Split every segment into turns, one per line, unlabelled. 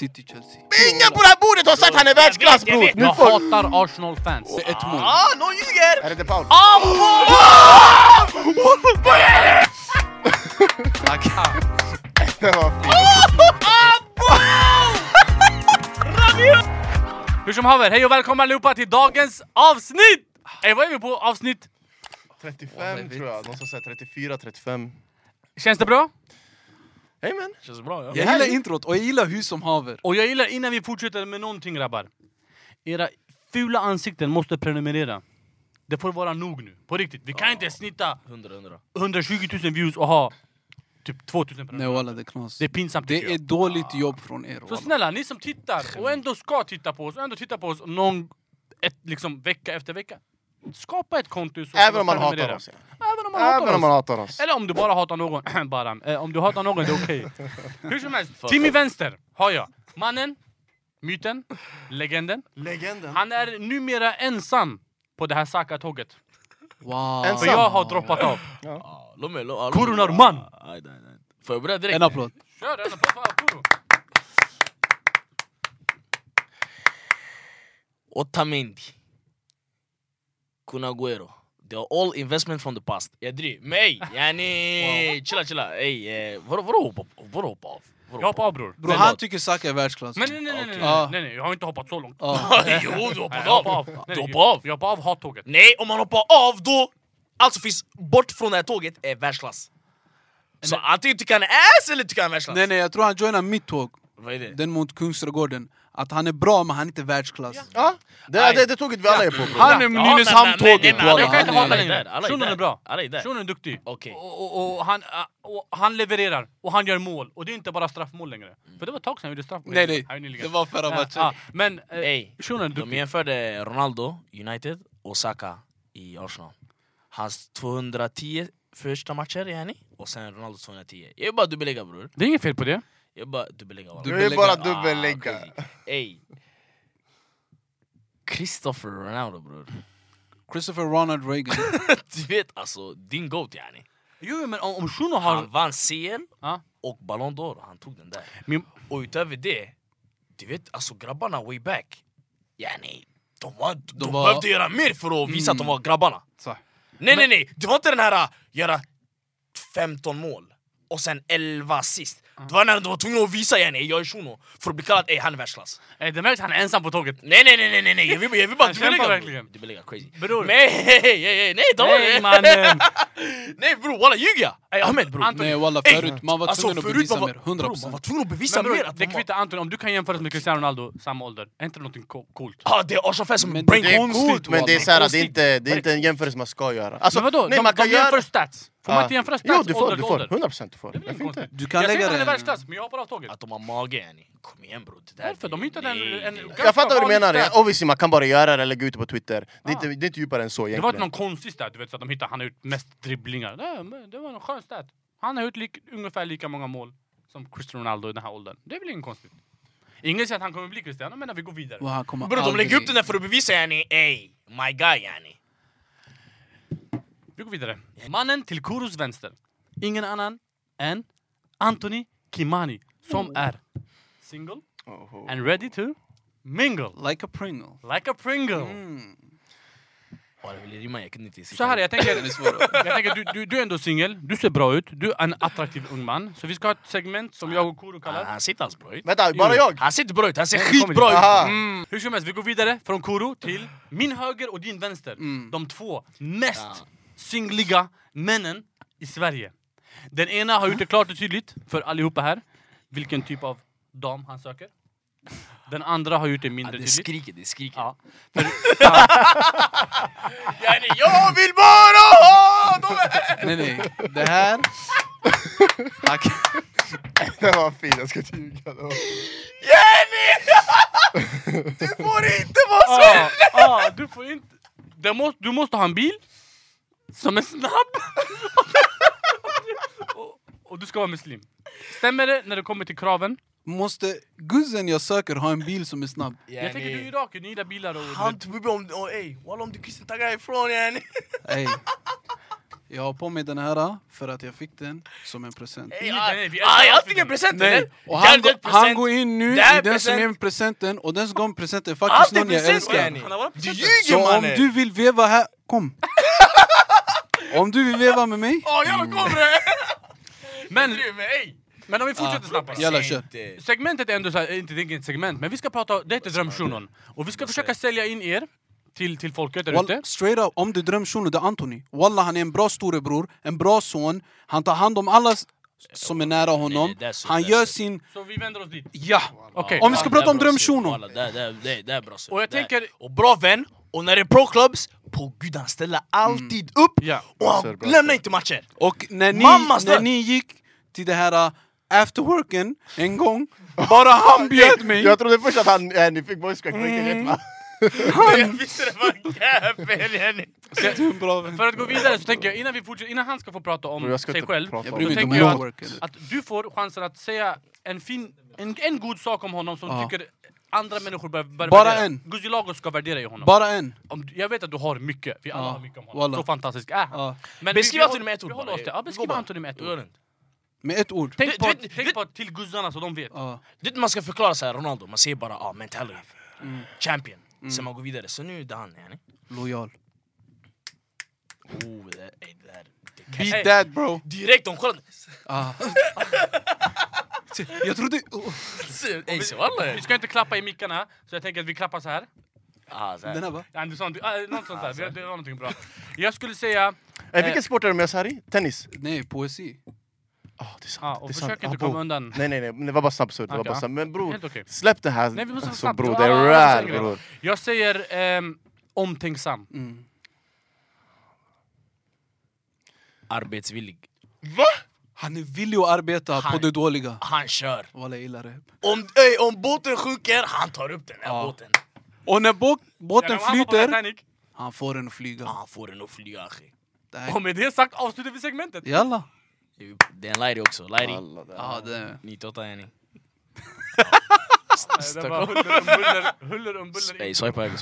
City, Chelsea.
Ingen på det här bordet har sagt han är världsklass, bror!
Jag hatar Arsenal-fans.
Det är ett mål.
Någon ljuger!
Är det De Paul?
Tack.
Det var fint.
Hur som haver, hej och välkomna allihopa till dagens avsnitt! Vad är vi på avsnitt?
35 tror jag, någon som säger 34, 35.
Känns det bra?
Hej men!
Känns bra, ja.
Jag gillar introt och jag gillar hus som haver.
Och jag gillar, innan vi fortsätter med någonting grabbar, era fula ansikten måste prenumerera. Det får vara nog nu, på riktigt. Vi kan inte snitta 120 000 views och ha typ 2000
Nej walla, det är knas.
Det är pinsamt.
Det är dåligt jobb från er.
Så
Walla.
snälla, ni som tittar och ändå ska titta på oss, och ändå tittar på oss liksom vecka efter vecka. Skapa ett konto så
Även om man hatar oss.
Även om man hatar
oss.
Eller om du bara hatar någon. bara. Om du hatar någon, det är okej. Hur som helst, till min vänster har jag mannen, myten, legenden. Han är numera ensam på det här Saka-tåget.
Wow.
Ensam.
För jag har droppat av.
Kuro
Norman.
Får jag börja direkt?
En applåd.
Kör en applåd för Kuro.
Otamendi, Kun Agüero. They are all investment from the past. Jag driver. Men yani... Chilla. Ey, vadå hoppa av?
Jag hoppar av bror.
Bro, han tycker Saka är världsklass.
Men nej, jag har inte hoppat så långt.
Jo, du hoppade av. Du hoppade av.
Jag hoppar av hattåget.
Nej, om man hoppar av då... Alltså finns bort från det här tåget är världsklass. Så antingen tycker han är ass eller tycker han är världsklass.
Nej, jag tror han joinar mitt tåg.
Vad är det?
Den mot Kungsträdgården. Att han är bra men han är inte världsklass.
Ja, det tåget vi alla är på, bror.
Han är Nynäshamn-tåget.
Jag kan
Han
inte hata
är...
längre. Shunon är bra. Shunon är duktig.
Okej.
Och han levererar. Och han gör mål. Och det är inte bara straffmål längre. För det var ett tag sedan han gjorde straffmål.
Nej, det var förra matchen.
Men Shunon är
De
duktig.
jämförde Ronaldo, United, och Saka i Arsenal. Hans 210 första matcher yani, och sen Ronaldo 210. Jag är bara dubbellägga, bror.
Det är inget fel på det.
Jag är bara dubbellägga.
Du är bara dubbellägga.
Ey. Christopher Ronaldo, bror.
Christopher Ronald Reagan.
Du vet alltså, din GOAT yani.
Jo, men om Shunon har...
Han vann CL
Ja.
och Ballon d'Or, han tog den där.
Min...
Och utöver det, du vet alltså grabbarna way back. Yani, de behövde göra mer för att visa att de var grabbarna.
Så.
Nej, det var inte den här göra 15 mål och sen 11 assist. Det var när de var tvungna att visa igen, jag är Shuno, för att bli kallad, han är världsklass.
Det märks han är ensam på tåget.
Nej, jag vill bara dubbellägga crazy.
Bror.
Nej,
mannen.
Nej bror, walla ljuger jag. Ahmed bror.
Nej walla, förut man var tvungen att bevisa mer. 100%.
Man var tvungen att bevisa mer.
Det kvittar Anton, om du kan jämföra med Cristiano Ronaldo samma ålder. Är inte någonting coolt?
Ja, det är Arsenal-fans som
Men
brain
Det är
konstigt.
coolt, men det är såhär, det är inte en jämförelse man ska göra. Alltså,
Men vadå?
nej, man kan
de jämför
göra...
stats. Får man inte jämfra stats?
Jo, du får,
ålder?
100% du får.
Det blir konstigt.
Du kan
Jag säger
lägga
att han är
det.
världsklass, men jag hoppar av tåget.
Att de har mage yani. Kom igen bror.
Varför? De hittade en
Jag fattar vad du menar,
stat.
obviously man kan bara göra det eller lägga ut det på Twitter. Det är inte djupare än så
Det var inte
egentligen.
någon konstig stat, du vet, så att de hittade han har gjort mest dribblingar. Det var en skön stat. Han har gjort ungefär lika många mål som Cristiano Ronaldo i den här åldern. Det är väl inget konstigt. Ingen säger att han kommer bli Cristiano, men vi går vidare.
Och han kommer
Bror, de
aldrig-
lägger upp den där för att bevisa yani, my guy yani.
Vi går vidare. Mannen till Kuros vänster. Ingen annan än Anthony Kimani, som är single and ready to mingle.
Like a Pringle.
Like a Pringle.
Jag ville rimma, jag kunde inte.
Så här, jag tänker du är ändå singel, du ser bra ut, du är en attraktiv ung man. Så vi ska ha ett segment som jag och Kuro kallar.
Han sitter alls bra ut.
Vänta, bara jag?
Han ser inte bra ut, han ser
Nej,
skitbra ut.
Aha.
Hur som helst, vi går vidare från Kuro till min höger och din vänster. De två mest singliga männen i Sverige. Den ena har gjort det klart och tydligt för allihopa här vilken typ av dam han söker. Den andra har gjort det mindre tydligt.
Det skriker.
Ja.
Yani, jag vill bara ha dem här!
Nej, det här... Tack.
Det var fint, jag ska inte ljuga.
Yani! Du får inte vara så!
Du får inte... Du måste ha en bil som är snabb. och du ska vara muslim. Stämmer det när det kommer till kraven?
Måste guzzen jag söker ha en bil som är snabb?
Jag tänker du är iraker, ni gillar bilar och...
Han tog om du kristen taggar ifrån yani.
Ey. Jag har på mig den här för att jag fick den som en present.
Jag fick en present.
Nej, och han går in nu i den som är presenten. Och den som går med presenten är faktiskt någon jag älskar.
Du ljuger,
så
mannen.
om du vill veva här, kom. Om du vill veva med mig.
Jävlar, kom det.
Men om vi fortsätter snabbt.
Jävla kör.
Segmentet är ändå så här, inte ett segment, men vi ska prata, det heter drömshunon. Och vi ska försöka sälja in er till folket där ute.
Straight up, om det är drömshunon, det är Anthony. Wallah, han är en bra storebror, en bra son. Han tar hand om alla som är nära honom. Han gör sin...
Så vi vänder oss dit.
Ja,
okej.
Om vi ska prata om drömshunon.
Det är bra.
Och jag tänker...
Och bra vän, och när det är pro-clubs, på Gud han ställer alltid upp. Och han lämnar inte matcher.
Och när ni gick till det här afterworken en gång, bara han bjöd mig.
Jag trodde först att ni fick voice-crack på riktigt, va?
Jag visste det var en
För att gå vidare så tänker jag, innan vi fortsätter, innan han ska få prata om sig själv, så
tänker
tänker jag att du får chansen att säga en god sak om honom som du tycker andra människor bör
bara
värdera.
en.
Guzilago ska värdera i honom.
Bara en.
Jag vet att du har mycket, vi alla har mycket om honom.
Wallah.
Så fantastisk är han. Men
beskriv Anthony med ett ord.
Vi håller oss där. Beskriv Anthony med ett ord.
Med ett ord.
Tänk på till guzzarna så de vet.
Det man ska förklara så här, Ronaldo, man säger bara mentality. Champion. Sen man går vidare, så nu är det han.
Lojal.
Beat that, bro.
Direkt de kollar.
Jag trodde...
Vi ska inte klappa i mickarna, så jag tänker att vi klappar så här.
Den här va?
Ja, något sånt där, det var någonting bra. Jag skulle säga...
Vilken sport är du med oss här i? Tennis?
Nej, poesi.
Det är sant.
Och försök inte komma undan.
Nej, det var bara snabbt så. Men bror,
okay.
släpp det här.
Nej, vi måste
alltså, bror, det är rad, bror.
Jag säger omtänksam.
Arbetsvillig.
Va?
Han är villig att arbeta på det dåliga.
Han kör.
Wallah, jag gillar det.
Om båten sjunker, han tar upp den här båten.
Och när båten flyter, han får den att flyga.
Han får den att flyga.
Och med det sagt avslutar vi segmentet.
Jalla.
Det är en Lairi också. Lairi.
Ja, det är...
98 är ni.
Det var huller om buller.
Swipa höger.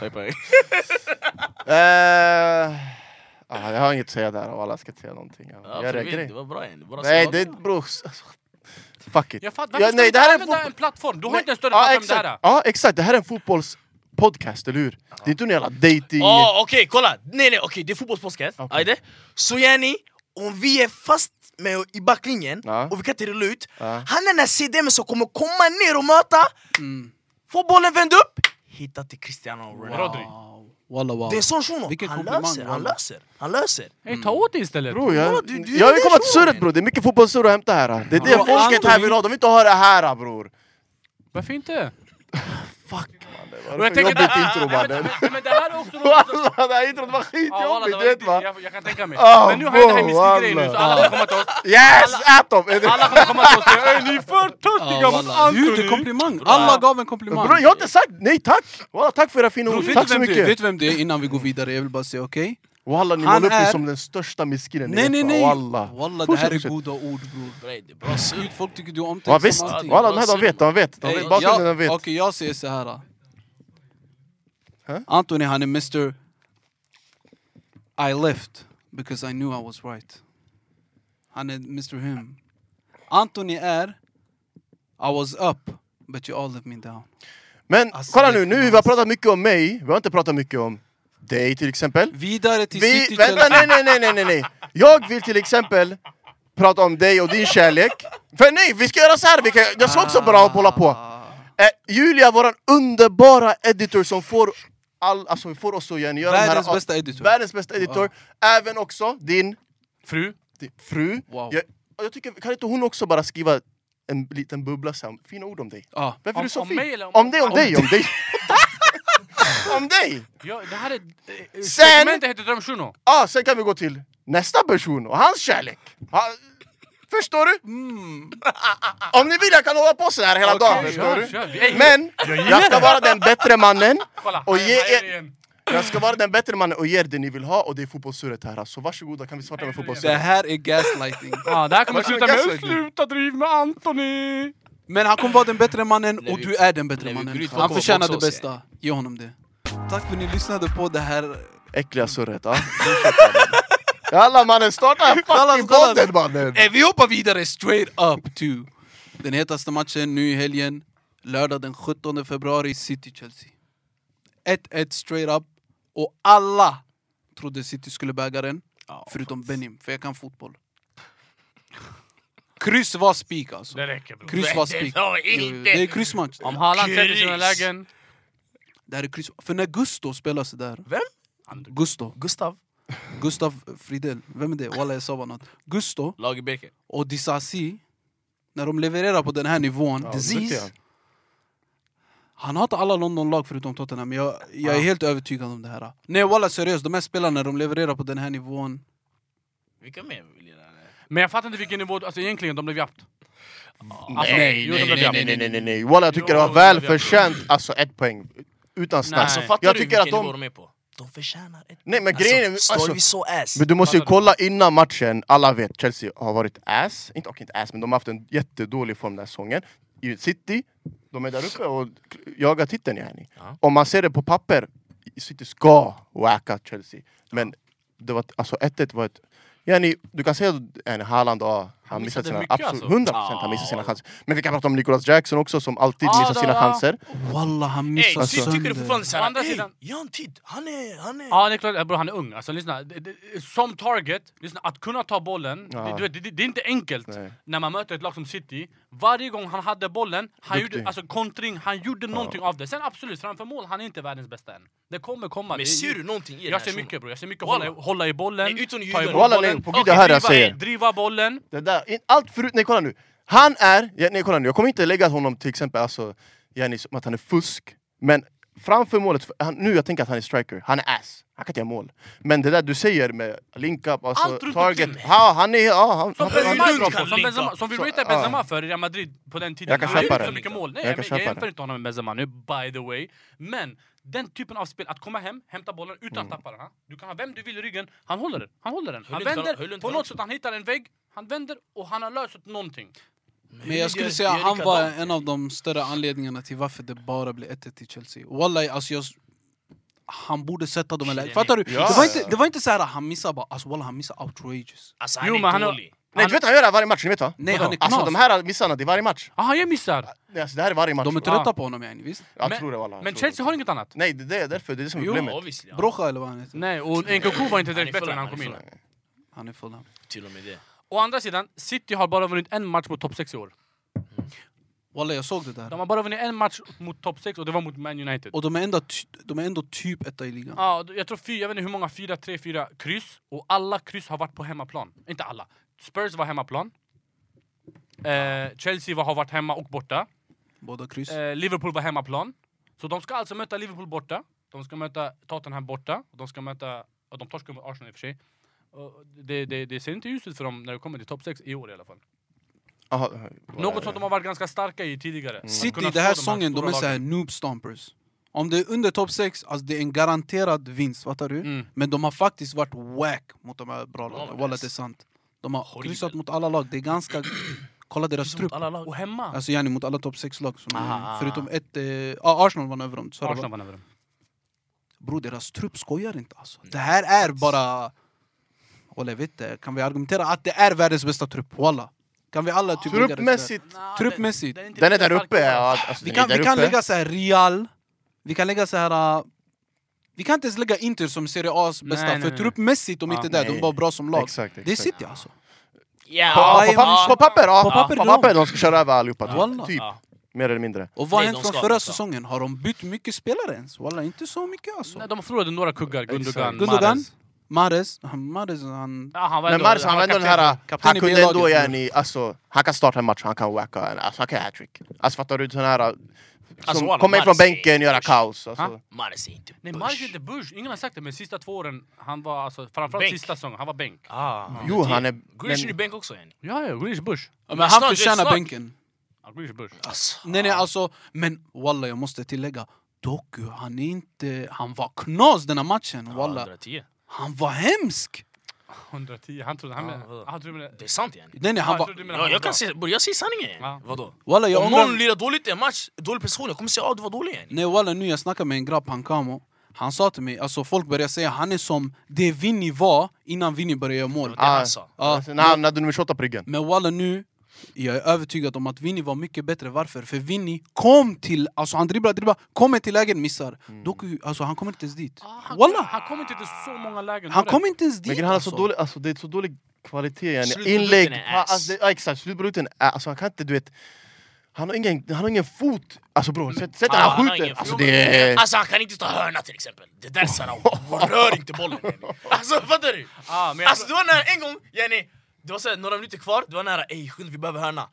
Jag har inget att säga där och alla ska säga någonting.
Det var bra.
Nej, det är bror. Fuck it.
Nej, det här är en plattform. Du har inte en större plattform där.
Ja, exakt. Det här är en fotbollspodcast, eller hur? Det är inte någon jävla dating.
Okej, kolla. Nej, okej, det är fotbollspodcast. Så Jenny, om vi är fast med i backlinjen och vi kan inte rulla ut, han är den här CDM som kommer komma ner och möta, få bollen vänd upp, hitta till Cristiano Ronaldo.
Wow.
Det är sån shuno. Han löser.
Hej, ta åt det istället.
Bro, jag vill komma till surret, bro. Det är mycket fotbollssurr att hämta här. Det är det folket här vill ha. De vill inte ha det här, bror.
Varför inte?
Fuck, man.
Jag tänker
jobbigt intro, mannen.
Men det här är också
det här introt var skitjobbigt, du vet va?
Jag kan tänka mig. Men nu har jag det här miskigrejen nu, så alla kommer komma till oss.
Yes, Atom!
Alla kommer komma till oss och säga ni är för töstiga mot Anthony.
Det är komplimang. Alla gav en komplimang.
Bro, jag har inte sagt nej, tack! Tack för era fina ord, tack så mycket.
Vet vem det är innan vi går vidare? Jag vill bara säga okej.
Wallah, ni målar upp mig som den största miskinen.
Nej.
Wallah,
det här är goda ord, bror. Folk tycker du om
det som allting. Wallah, de vet. De vet.
Okej, jag säger så här. Anthony, han är Mr. I left because I knew I was right. Han är Mr. Him. Anthony är I was up but you all let me down.
Men kolla nu vi har pratat mycket om mig. Vi har inte pratat mycket om dig till exempel.
Vidare till City.
Vänta, nej. Jag vill till exempel prata om dig och din kärlek. För nej, vi ska göra så här. Jag ska också bara hålla på. Julia, våran underbara editor som får oss att göra världens bästa editor. Även också din fru.
Wow.
Jag tycker, kan inte hon också bara skriva en liten bubbla så fina ord om dig? Varför är du så fin? Om dig. Om dig!
Ja, det här är... Segmentet heter Drömshuno.
Sen kan vi gå till nästa person och hans kärlek. Förstår du? Om ni vill, jag kan hålla på så här hela dagen, förstår du? Men jag ska vara den bättre mannen och jag ska vara den bättre mannen och ge er det ni vill ha, och det är fotbollssurret här. Så varsågoda, kan vi starta med fotbollssurret?
Det här är gaslighting.
Det här kommer sluta med sluta driv med Anthony.
Men han kommer vara den bättre mannen och du är den bättre mannen. Han förtjänar det bästa. Ge honom det. Tack för att ni lyssnade på det här
äckliga surret. Alla mannen, starta en fucking podden mannen!
Vi hoppar vidare straight up to den hetaste matchen nu i helgen. Lördag den 17 februari, City-Chelsea. 1-1 straight up. Och alla trodde City skulle bäga den. Förutom Benim, för jag kan fotboll. Kryss var spik alltså.
Det räcker bro.
Kryss var spik. Det är kryssmatch.
Om Haaland sätter sina lägen.
Det här är kryss. För när Gusto spelar så där.
Vem?
Gustav Fridell. Vem är det? Wallah, jag sa vad något. Gusto
Lagerberg.
och Disasi, när de levererar på den här nivån, han hatar alla London-lag förutom Tottenham, men jag är helt övertygad om det här. Nej, wallah, seriöst, de här spelarna när de levererar på den här nivån.
Vilka mer vill jag?
Men jag fattar inte vilken nivå, alltså egentligen de blev japt.
Nej. Wallah, jag tycker det var väl förtjänt, alltså 1 poäng. Utan snack.
Alltså, fattar
jag
du
tycker
vilken
att
nivå de är på? De förtjänar ett.
Nej, men grejen
är... vi så ass.
Men du måste ju kolla innan matchen. Alla vet Chelsea har varit ass. Inte ass, men de har haft en jättedålig form den här säsongen. I City, de är där uppe och jagar titeln igen. Om man ser det på papper, City ska wacka Chelsea. Men det var, alltså 1-1 var ett... du kan säga att Haaland han missade sina
mycket,
absolut,
alltså.
100% han missade sina chanser. Men vi kan prata om Nicholas Jackson också som alltid missar sina chanser.
Wallah, han missar
sönder. Tycker du fortfarande
Å andra
såhär,
sidan...
Jan Tid, han är...
Ja, det är klart, bro, han är ung. Alltså, lyssna, som target, lyssna, att kunna ta bollen, det är inte enkelt. Nej. När man möter ett lag som City. Varje gång han hade bollen, han gjorde, alltså kontring, han gjorde någonting av det. Sen absolut, framför mål, han är inte världens bästa än. Det kommer komma.
Men ser du någonting i
jag ser mycket, bro. Jag ser mycket hålla i bollen.
Nej,
ta i
bollen. På det här jag säger.
Driva bollen.
Det där, allt förut, nej kolla nu. Han är, kolla nu, jag kommer inte lägga honom till exempel alltså, som att han är fusk. Men framför målet, nu jag tänker att han är striker. Han är ass. Han kan inte göra mål. Men det där du säger med link up, alltså target. Han är...
Som vi rateade Benzema för Real Madrid på den tiden.
Jag kan köpa det.
Så mycket mål. Nej, jag jämför inte honom med Benzema nu, by the way. Men den typen av spel, att komma hem, hämta bollen utan att tappa den. Du kan ha vem du vill i ryggen, han håller den. Han vänder, på något sätt han hittar en vägg, han vänder och han har löst någonting.
Men jag skulle säga att han var en av de större anledningarna till varför det bara blev 1-1 till Chelsea. Wallah, alltså han borde sätta dem eller. Fattar du? Det var inte så här att han missade bara, alltså wallah, han missade outrageous.
Alltså han är dålig.
Nej, du vet han gör det här varje match, ni vet va?
Nej, han är
alltså de här missarna, det är varje match.
Han gör missar.
Alltså, det här är varje match.
De är trötta på honom, visst?
Jag tror det var
men Chelsea har inget annat.
Nej, det är därför, det är det som är problemet.
Brocha eller vad han heter.
Nej, och Nkunku var inte direkt bättre när han kom in.
Han är full.
Till och med det.
Å andra sidan, City har bara vunnit en match mot topp 6 i år.
Wallah, jag såg det där.
De har bara vunnit en match mot topp 6 och det var mot Man United.
Och de är ändå typ etta i ligan.
Ja, jag tror jag vet inte hur många 4-3-4 kryss. Och alla kryss har varit på hemmaplan. Inte alla. Spurs var hemmaplan. Chelsea har varit hemma och borta.
Båda kryss.
Liverpool var hemmaplan. Så de ska alltså möta Liverpool borta. De ska möta Tottenham borta. De ska möta... Och de torskar mot Arsenal i och för sig. Och det ser inte ljust ut för dem när det kommer till topp 6 i år i alla fall. Något som de har varit ganska starka i tidigare.
City, det här säsongen, de är såhär noob stompers. Om det är under topp 6, alltså det är en garanterad vinst, fattar du? Men de har faktiskt varit whack mot de här bra lagen. Wallah, det är sant. De har kryssat mot alla lag, det är ganska... Kolla deras trupp.
Och hemma.
Alltså mot alla topp 6-lag. Förutom ett... Arsenal vann över dem.
Arsenal vann över dem.
Bro, deras trupp skojar inte alltså. Det här är bara... Wallah, vet det. Kan vi argumentera att det är världens bästa trupp? Wallah. Kan vi alla typ truppmässigt.
Den är där uppe. Alltså,
vi kan lägga så här Real. Vi kan lägga så här... Vi kan inte ens lägga Inter som Serie A's bästa. För truppmässigt, de inte där. De var bra som lag.
Exakt.
Det är City alltså.
På papper de ska köra över allihopa. Typ. Mer eller mindre.
Och vad hände från förra säsongen? Har de bytt mycket spelare ens? Wallah, inte så mycket alltså.
Nej, de förlorade några kuggar.
Gundogan. Mahrez, han
var den här, han kunde ändå alltså, han kan starta en match, han kan wacka, alltså han kan hattrick. Alltså fattar du sån här som kommer in från bänken, göra kaos. Alltså.
Mahrez är inte
Nej, Mahrez är inte Bush. Ingen har sagt det, men sista 2 åren han var alltså framförallt sista säsongen, han var bänk.
Jo, han är
Grealish är bänk också igen.
Ja, Grealish Bush.
Men han förtjänar bänken.
Grealish Bush.
Nej, alltså, men wallah, jag måste tillägga, Doku, han var knas den här matchen, wallah.
110.
Han var hemsk.
110. Han trodde
det är sant igen.
Nej, han var...
jag ser sanningen. Vadå?
Wallah,
om någon lirar dåligt i en match, dålig prestation, jag kommer säga du var dålig igen.
Nej, wallah, nu jag snackar med en grabb, han Kamo. Han sa till mig, alltså folk börjar säga han är som det Vinny var innan Vinny började göra mål.
När han hade nummer 28 på ryggen.
Men walla nu, jag är övertygad om att Vinny var mycket bättre. Varför? För Vinny kom till, alltså han dribblar, kommer till lägen, missar. Alltså han kommer inte ens dit.
Han kommer inte till så många lägen.
Han kommer inte ens dit.
Men han är så dålig, alltså det är så dålig kvalitet. Inlägg, exakt, slutprodukten är, alltså han kan inte, du vet. Han har ingen fot. Alltså bror, sätt han skjuter.
Alltså han kan inte ta hörna till exempel. Det där så han rör inte bollen. Alltså fattar du? Alltså det var när en gång, Jenny, det var så här, några minuter kvar, det var nära, vi behöver hörna.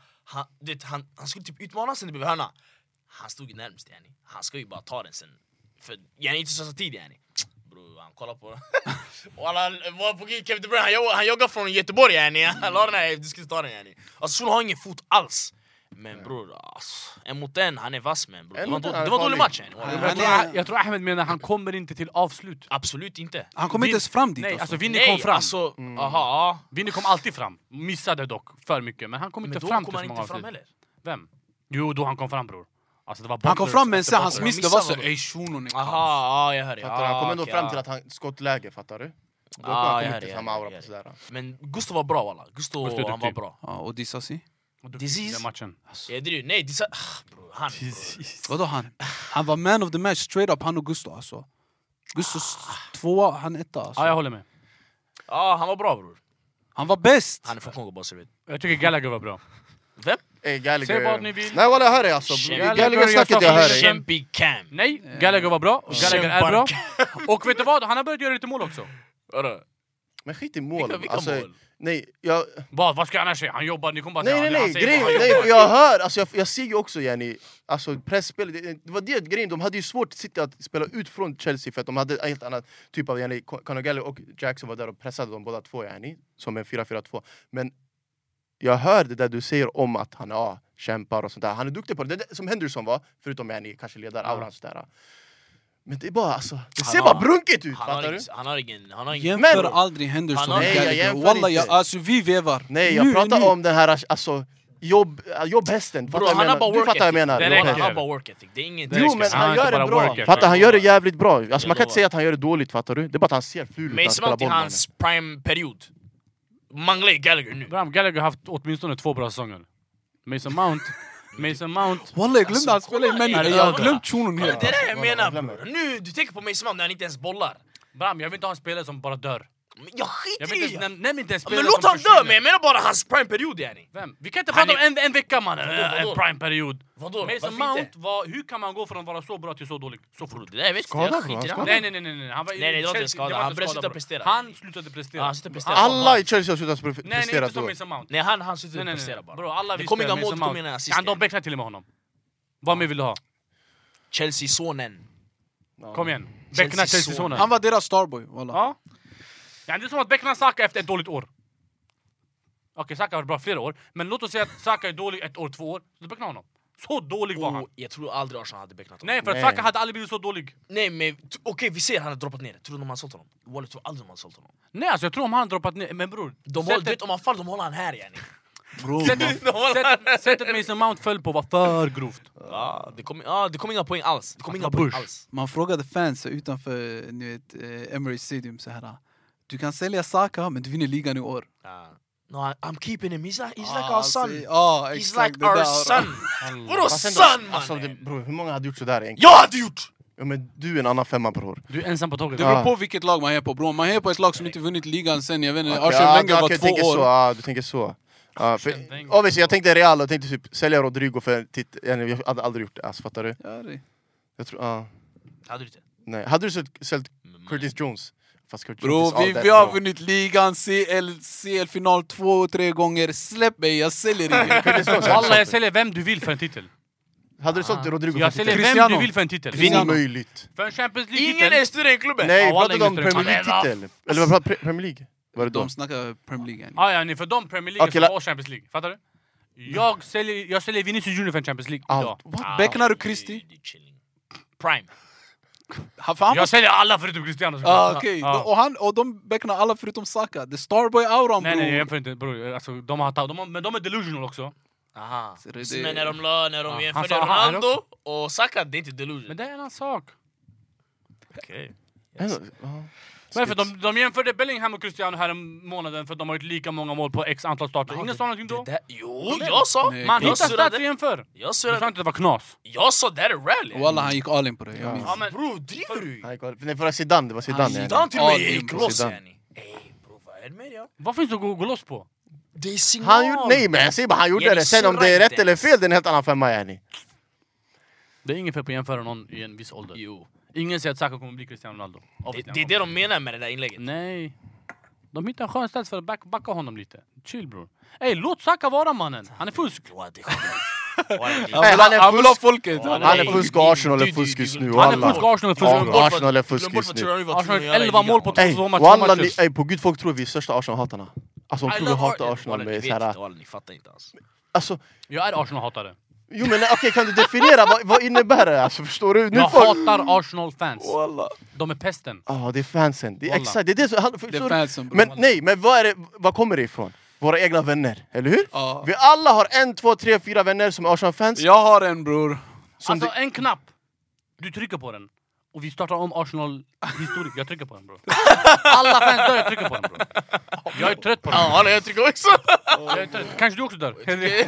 Han skulle typ utmana sen det behöver hörna. Han stod ju närmast, Jenny. Han ska ju bara ta den sen. För Jenny inte så tid, Jenny. Bro, han kollar på och alla var på Kevin De Bruyne, han joggar från Göteborg, Jenny. Han la den här, du skulle ta den, Jenny. Alltså Son har ingen fot alls. Men bror, alltså, en mot en, han är vass, men bror. Det var en dålig match.
Jag tror Ahmed menar han kommer inte till avslut.
Absolut inte.
Han kommer inte ens fram dit.
Nej, alltså Vinny kom fram.
Alltså,
Vinny kom alltid fram. Missade dock för mycket, men han kom inte fram till så många avslut. Vem? Jo, då han kom fram, bror. Alltså, det var
han kom fram, men sen hans miss var så shunon.
Aha, jag hör det.
Han kom ändå fram till att han skottläge, fattar du? Då kom han inte samma aura på sådär.
Men Gusto var bra, walla. Gusto, han var bra.
Och Disasi?
Disease?
Matchen.
Nej, Disease. Bro, han.
Vadå han? Han var man of the match straight up, han och Gusto alltså. Gusto 2, han 1 alltså.
Ja, jag håller med.
Ja, han var bra, bror.
Han var bäst.
Han är från Kongo, bara så vet.
Jag tycker Gallagher var bra.
Vem?
Gallagher.
Säg vad ni vill.
Nej, walla, jag hör det alltså. Gallagher snacket jag hör det.
Champi Cam.
Nej, Gallagher var bra. Gallagher är bra. Och vet du vad? Han har börjat göra lite mål också.
Men skit i mål.
Vilka
alltså,
mål?
Nej,
vad ska han säga? Han jobbar, ni kommer bara säga...
Nej, för jag hör, alltså jag ser ju också, Jenny, alltså pressspel, det var det grejen, de hade ju svårt att sitta att spela ut från Chelsea för att de hade en helt annan typ av, Jenny, Conor Gallagher och Jackson var där och pressade dem båda två, Jenny, som en 4-4-2. Men jag hör det där du säger om att han kämpar och sånt där, han är duktig på det, det som Henderson var, förutom Jenny, kanske ledar auran sådär. Men det är bara, alltså, det ser bara brunkigt ut, fattar du?
Han har ingen...
Jämför aldrig Henderson och Gallagher. Wallah, alltså vi vevar.
Nej, jag pratar om den här, alltså, jobbhästen.
Bro, han har bara work ethic.
Han
har bara work ethic. Det är ingen...
Jo, men han gör det bra. Fattar, han gör det jävligt bra. Alltså man kan inte säga att han gör det dåligt, fattar du? Det är bara att han ser ful ut när han spelar boll.
Men i hans prime-period. Manglar Gallagher nu.
Gallagher har haft åtminstone 2 bra säsonger. Mason Mount.
Wallah, jag glömde att spela i människor. Jag har glömt shunon helt.
Det är det jag menar, bror. Nu, du tänker på Mason Mount när han inte ens bollar.
Bram, jag vill inte ha en spelare som bara dör.
Jag skiter i det!
Nämn inte en spelare
men låt han dö, men jag menar bara hans prime-period, yani.
Vem? Vi kan inte prata om en vecka, man. En prime-period.
Vadå?
Mason Mount var... Hur kan man gå från att vara så bra till så dålig? Så fort.
Det där vet jag skiter.
Nej.
Nej, det var inte skada. Han slutade prestera.
Han slutade prestera.
Alla i Chelsea har slutat prestera.
Nej, inte som Mason Mount.
Nej, han slutade prestera bara.
Bro, alla
det kom inga mål, det kom inga assist.
Kan de beckna till och med honom? Vad mer vill du ha?
Chelsea-sonen.
Kom igen. Beckna Chelsea-sonen.
Han var deras starboy, wallah.
Ja, det är som att beckna Saka efter ett dåligt år. Okej, Saka har varit bra flera år. Men låt oss säga att Saka är dålig 1 år, 2 år. Så beckna honom. Så dålig var han.
Jag tror aldrig Arsenal hade becknat honom.
Nej, för att Saka hade aldrig blivit så dålig.
Nej, men okej, vi ser han har droppat ner. Tror du de har sålt honom? Jag tror aldrig de har sålt honom.
Nej, alltså jag tror om han har droppat ner. Men bror,
om han faller, de håller han här, yani.
Sättet Mason Mount föll på var för grovt.
Det kom inga poäng alls.
Man frågade fans utanför Emirates Stadium så här. Du kan sälja Saka, men du vinner ligan i år.
No, I'm keeping him. He's like our son.
He's
like our son. Vadå son, man?
Bro, hur många hade gjort sådär egentligen?
Jag hade gjort!
Ja, men du är en annan 5 bror.
Du är ensam på tåget.
Det beror på vilket lag man är på, bro. Man är på ett lag som inte vunnit ligan sen, jag vet inte, Arsene Wenger var 2 år.
Du tänker så. Obviously, jag tänkte Real och tänkte typ sälja Rodrigo för jag hade aldrig gjort det, alltså, fattar du?
Ja, det.
Jag tror,
Hade du inte?
Nej, hade du sålt Curtis Jones?
Bro, vi har vunnit ligan, CL-final 2-3 gånger. Släpp mig, jag säljer inte.
Alla, jag säljer vem du vill för en titel.
Hade du sålt Rodrigo?
Jag säljer vem du vill för en titel.
Det är omöjligt.
För en Champions League-titel.
Ingen är större än klubben.
Nej, pratade om Premier League-titel. Eller vad pratade Premier League? Var det
de snackar Premier League.
Ja, för de Premier League som var Champions League. Fattar du? Jag säljer Vinicius Junior för en Champions League idag.
Becknar du Christie?
Prime.
Jag säljer alla förutom Cristiano.
Okej. Och de becknar alla förutom Saka. The Starboy auran, bro.
Nej, jag jämför inte, bro. Alltså, men de är delusional också.
Aha. Men när de jämförde Ronaldo och Saka, det är inte delusion.
Men det är en annan sak.
Okej.
Men för de jämförde Bellingham och Cristiano här en månaden för att de har gjort lika många mål på x antal starter. Ingen sa någonting då?
Jo, jag sa.
Man hittar stats och jämför.
Jag
sa inte att det var knas.
Jag sa det är rally.
Wallah, han gick all in på det. Jag minns.
Ja, men,
Bro, driver du?
Nej, för Zidane, det var Zidane.
Zidane till och med gick loss,
Zidane.
yani. Ey, bro, vad är det med dig?
vad finns det att gå loss på?
Det är signal.
Han gjorde, nej men jag säger bara, han gjorde det. Sen om det är rätt eller fel, det är en helt annan femma, yani.
Det är ingen fel på att jämföra någon i en viss ålder.
Jo.
Ingen säger att Saka kommer bli Cristiano Ronaldo.
Det är det de menar med det där inlägget.
Nej. De hittar en skön stats för att backa honom lite. Chill, bror. Ey, låt Saka vara, mannen. Han är fusk.
Han vill ha folket.
Han är fusk och Arsenal är fusk just nu.
Han är fusk och Arsenal är fusk.
Arsenal är fusk just nu.
Arsenal 11 mål på 2 matcher.
Ey, på gud, folk tror vi är största Arsenal-hatarna. Alltså, de tror vi hatar Arsenal med så här.
Ni fattar inte alls.
Alltså,
Jag är Arsenal-hatare.
jo men okej, kan du definiera vad innebär det? Alltså, förstår du?
Jag hatar Arsenal-fans.
Wallah.
De är pesten.
Ja, det är fansen. Det är
Wallah.
exakt, det är det som...
Det är fansen, bro.
Men nej, men vad kommer det ifrån? Våra egna vänner, eller hur?
Ja.
Vi alla har 1, 2, 3, 4 vänner som är Arsenal-fans.
Jag har en, bror.
Alltså en knapp. Du trycker på den. Och vi startar om Arsenal-historik. Jag trycker på den, bror. Alla fans dör, jag trycker på den, bror. Jag är trött på den.
Ja, jag trycker också.
Jag är trött. Kanske du också dör.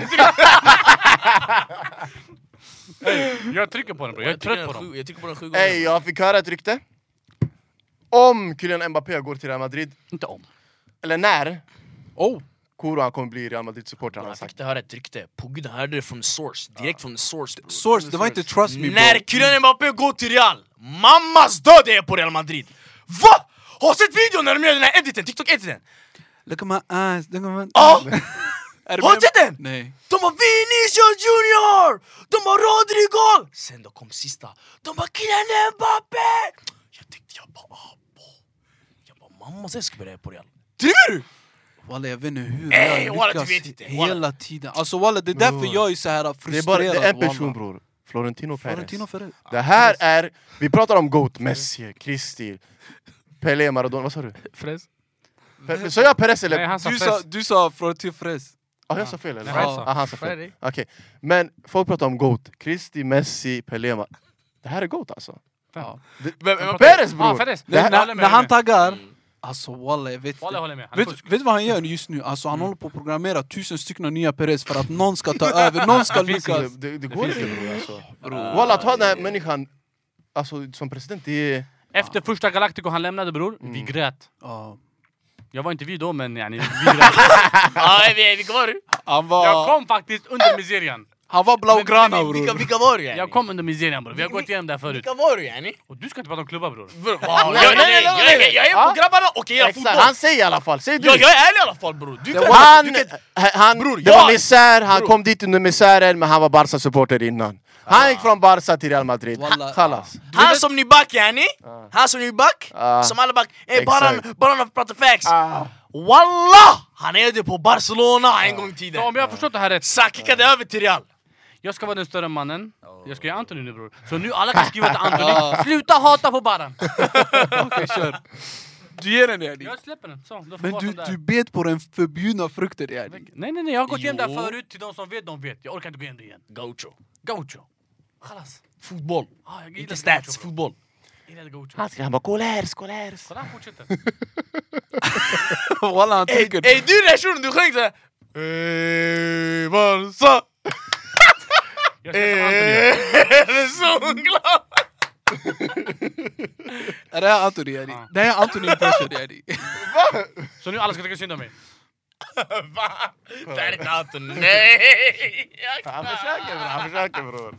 Jag trycker på den, bror. Jag är trött på dem.
Jag trycker på den 7 gånger.
Ey, jag fick höra ett rykte. Om Kylian Mbappé går till Real Madrid,
Inte om.
eller när
Oh.
Kuro han kommer bli Real Madrid-supporter, han har
Jag
sagt.
fick höra ett rykte. På gud, han hörde det från source. Direkt från source. Bro.
Source, det var inte trust me, bro.
När Kylian Mbappé går till Real, mammas död är på Real Madrid. Va? Har du sett videon när de gör den här editen? TikTok-editen?
Look at my eyes, look at my...
Ja!
Är det
Har du
med-
sett den?
Nej.
De var Vinicius Junior! De var Rodrigo! Sen då kom sista. De var Kylian Mbappé! Jag bara mamma sen ska börja på Real. Driver du?
Walla, jag vet inte hur
Ey,
jag
walla, du
lyckas
vet inte.
hela tiden. Alltså walla, det är därför jag är så här
Det är
frustrerad.
bara det är en
walla.
person, bror. Florentino Perez.
Florentino Perez.
Det här är... Vi pratar om GOAT, Messi, Cristi, Pelé, Maradona. Vad sa du?
Fres?
Så jag Perez eller?
Nej, han sa
Du
Fres.
du sa Florentino Perez.
Jag sa fel eller?
Nej,
Han sa fel.
Freddy.
Okej. Men folk pratar om GOAT. Cristi, Messi, Pelé. Det här är GOAT alltså.
Ja.
Perez,
Ja,
bror!
Fres.
Det här-
håller med,
När han
håller med.
taggar, alltså walla, jag vet
Walla, håller med. Han är
Vet
fusk.
du vad han gör just nu? Alltså han håller på att programmera 1000 stycken nya Perez för att någon ska ta över, någon ska
Det finns
lyckas.
Det går inte, bror. Alltså. Walla, att ha den här människan alltså, som president, det är...
Efter första Galactico han lämnade, bror, vi grät.
Ja.
Jag var inte vi då, men yani, vi grät.
Ja, vilka var du?
Jag kom faktiskt under miserian.
Han var blaugrana, bror.
Vilka var du yani?
Jag kom under miserian, bror. Vi har gått igenom det här förut.
Vilka var du yani?
Och du ska inte prata om klubbar, bror.
Jag är på grabbarna, okej jag är
Exakt,
fotboll.
han säger i alla fall, säg du!
Jag är ärlig i alla fall bror. Du kan... Bror,
det var misär, han kom dit under misären, men han var Barca-supporter innan. Han gick från Barca till Real Madrid.
Wallah.
Khalas.
Han som ny back yani. Han som ny back. Som alla back. Bara pratar facts. Wallah! Han är det på Barcelona en gång i
Så
tiden.
om jag har förstått det här rätt.
Sa kickade över till Real.
Jag ska vara den större mannen. Jag ska göra Anthony nu, bror. Så nu alla kan skriva till Anthony. Sluta hata på Baran.
Okej, kör. Du ger den det.
Jag släpper den. Så, då får
Men
vara som det är.
du bet på den förbjudna frukten det.
Nej, jag har gått igenom det här
Jo.
förut. Till de som vet, de vet. Jag orkar inte gå igenom det igen.
Gaucho.
Gaucho. Khalas.
Fotboll.
Jag gillar
Inte
Gaucho,
stats,
bror.
fotboll.
Jag gillar Gaucho.
Han bara kolers.
Kolla, han fortsätter.
Walla, han trycker.
Ey du reaktionen, du sjöng såhär. Barca.
Jag ska som Anthony gör.
Så glad.
Är det här Anthony? Yani?
Ja.
Det här är Anthony impression. Yani.
Så nu alla ska tycka synd om mig.
Va? Det här är inte Anton. Nej!
Han försöker bror.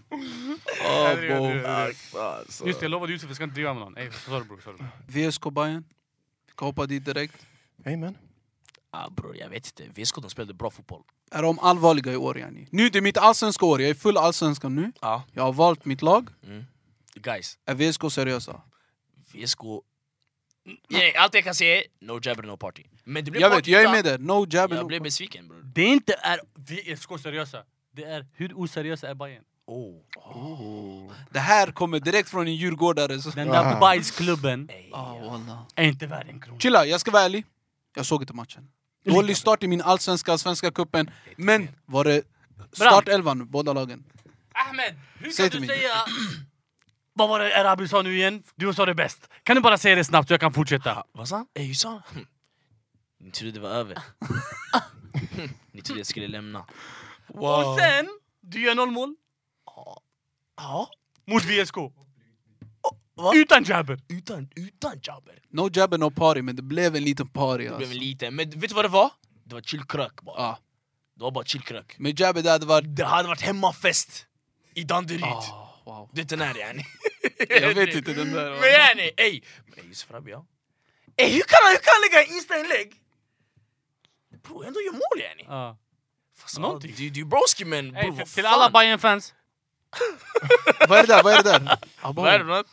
Just det, jag lovade Josef, jag ska inte driva med någon. Ey, sorry bror, sorry.
VSK Bayern. Vi kan hoppa dit direkt.
Amen.
Bror, jag vet inte. VSK de spelade bra fotboll.
Är de allvarliga i år yani? Nu det är mitt allsvenska år, jag är full allsvenska nu.
Ja.
Jag har valt mitt lag.
Guys,
Är VSK seriösa?
VSK... Nej, allt jag kan säga är no jabber, no party. Men det blev
Jag vet,
party,
jag är
va?
med där. No jab.
Jag blev besviken bror.
Det inte är VSK seriösa. Det är hur oseriösa är Bayern.
Det här kommer direkt från en djurgårdare. Så...
Den där bajsklubben
Wallah.
är inte värd en krona.
Chilla, jag ska vara ärlig. Jag såg inte matchen. Dålig start i min allsvenska, svenska kuppen. Men var det startelvan, båda lagen?
Ahmed, hur
Säg
kan
till
du
mig.
säga... Vad var det Arabi sa nu igen? Du sa det bäst. Kan du bara säga det snabbt så jag kan fortsätta?
Vad sa han? Hur sa han? Ni trodde det var över. Ni trodde jag skulle lämna.
Och sen, du gör 0 mål.
Ja.
Mot VSK.
Va?
Utan Jabber.
Utan Jabber.
No jabber, no party, men det blev en liten party.
Det blev
Alltså.
en liten. Men vet du vad det var? Det var chillkrök bara.
Ah.
Det var bara chillkrök.
Med jabber det hade varit...
Det hade varit hemmafest i Danderyd.
Wow.
Det är den här yani.
Jag vet inte den där.
Men yani, ey. Men Yusuf Rabi, ja. Ey, hur kan han lägga Insta-inlägg? Bro, ändå gör mål yani.
Ja.
Fast
någonting.
det är ju broski men
Hey,
bro, vad
till
fan?
alla Bayern-fans.
Vad är det där? Vad är det där?
Vad är det för något?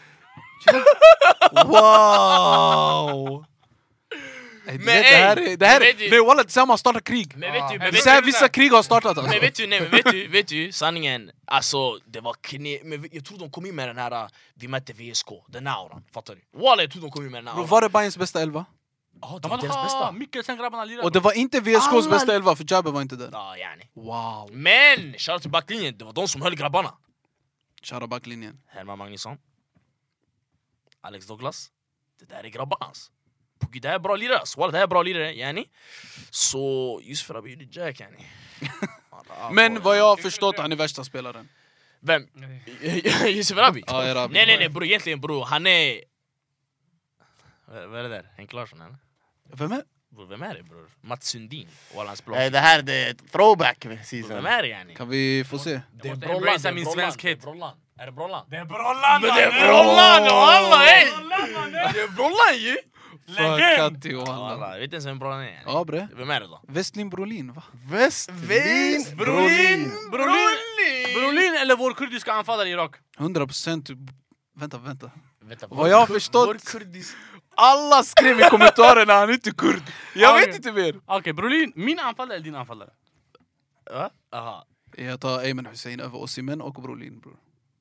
Wow!
Men
det här
ey,
är... Det här
vet du-
är... Vi wallah tillsammans startar krig.
Men vet du, men
Det är så här,
vet
vissa krig har startat alltså.
Men vet du, sanningen, alltså det var men jag tror de kom in med den här, vi mötte VSK, den auran, fattar du? Walla, jag tror de kom in med den
Bro,
auran.
var det Bayerns bästa 11?
Ja, det var deras bästa.
Mikkelsen-grabbarna lirar.
Och det var inte VSKs
Alla-
bästa 11 för Jabber var inte där.
Ja, yani.
Wow.
Men, shoutout till backlinjen, det var de som höll grabbarna.
Köra backlinjen.
Herman Magnusson, Alex Douglas, det där är grabbarnas. På gud, det här är bra lirare, walla, det här är bra lirare, yani. Så, Yusuf Rabi gjorde jack, yani.
Men vad jag har förstått, han är värsta spelaren.
Vem? Yusuf Rabi?
Ja, Rabi.
Nej, bror, egentligen bror, han är... Vad är det där? Henk Larsson, eller?
Vem är?
Bror, vem är det bror? Mats Sundin och alla hans blogg.
Nej, det här det är ett throwback
Bror,
season.
vem är det yani?
Kan vi få se?
Det är
måste
Brollan,
embracea
det är
min
Brollan,
svenskhet.
det är Brollan. Är det Brollan?
Det är Brollan!
Men det är Brollan och alla, ey! Det är Brollan ju!
Fuck Katti och alla.
Alla, jag vet inte ens vem Brollan är yani.
Ja bre.
Vem är det då?
Westlin Brolin va?
Westlin
Brolin!
Brolin eller vår kurdiska anfallare i Irak?
100%. Vänta.
Vänta,
Vad jag har förstått-
vår kurdis...
Alla skrev i kommentarerna han är inte kurd. Jag
Okej.
vet inte mer.
Okej, Brolin, min anfallare eller din anfallare?
Va? Aha.
Jag tar Ayman Hussein över Osimhen och Brolin bror.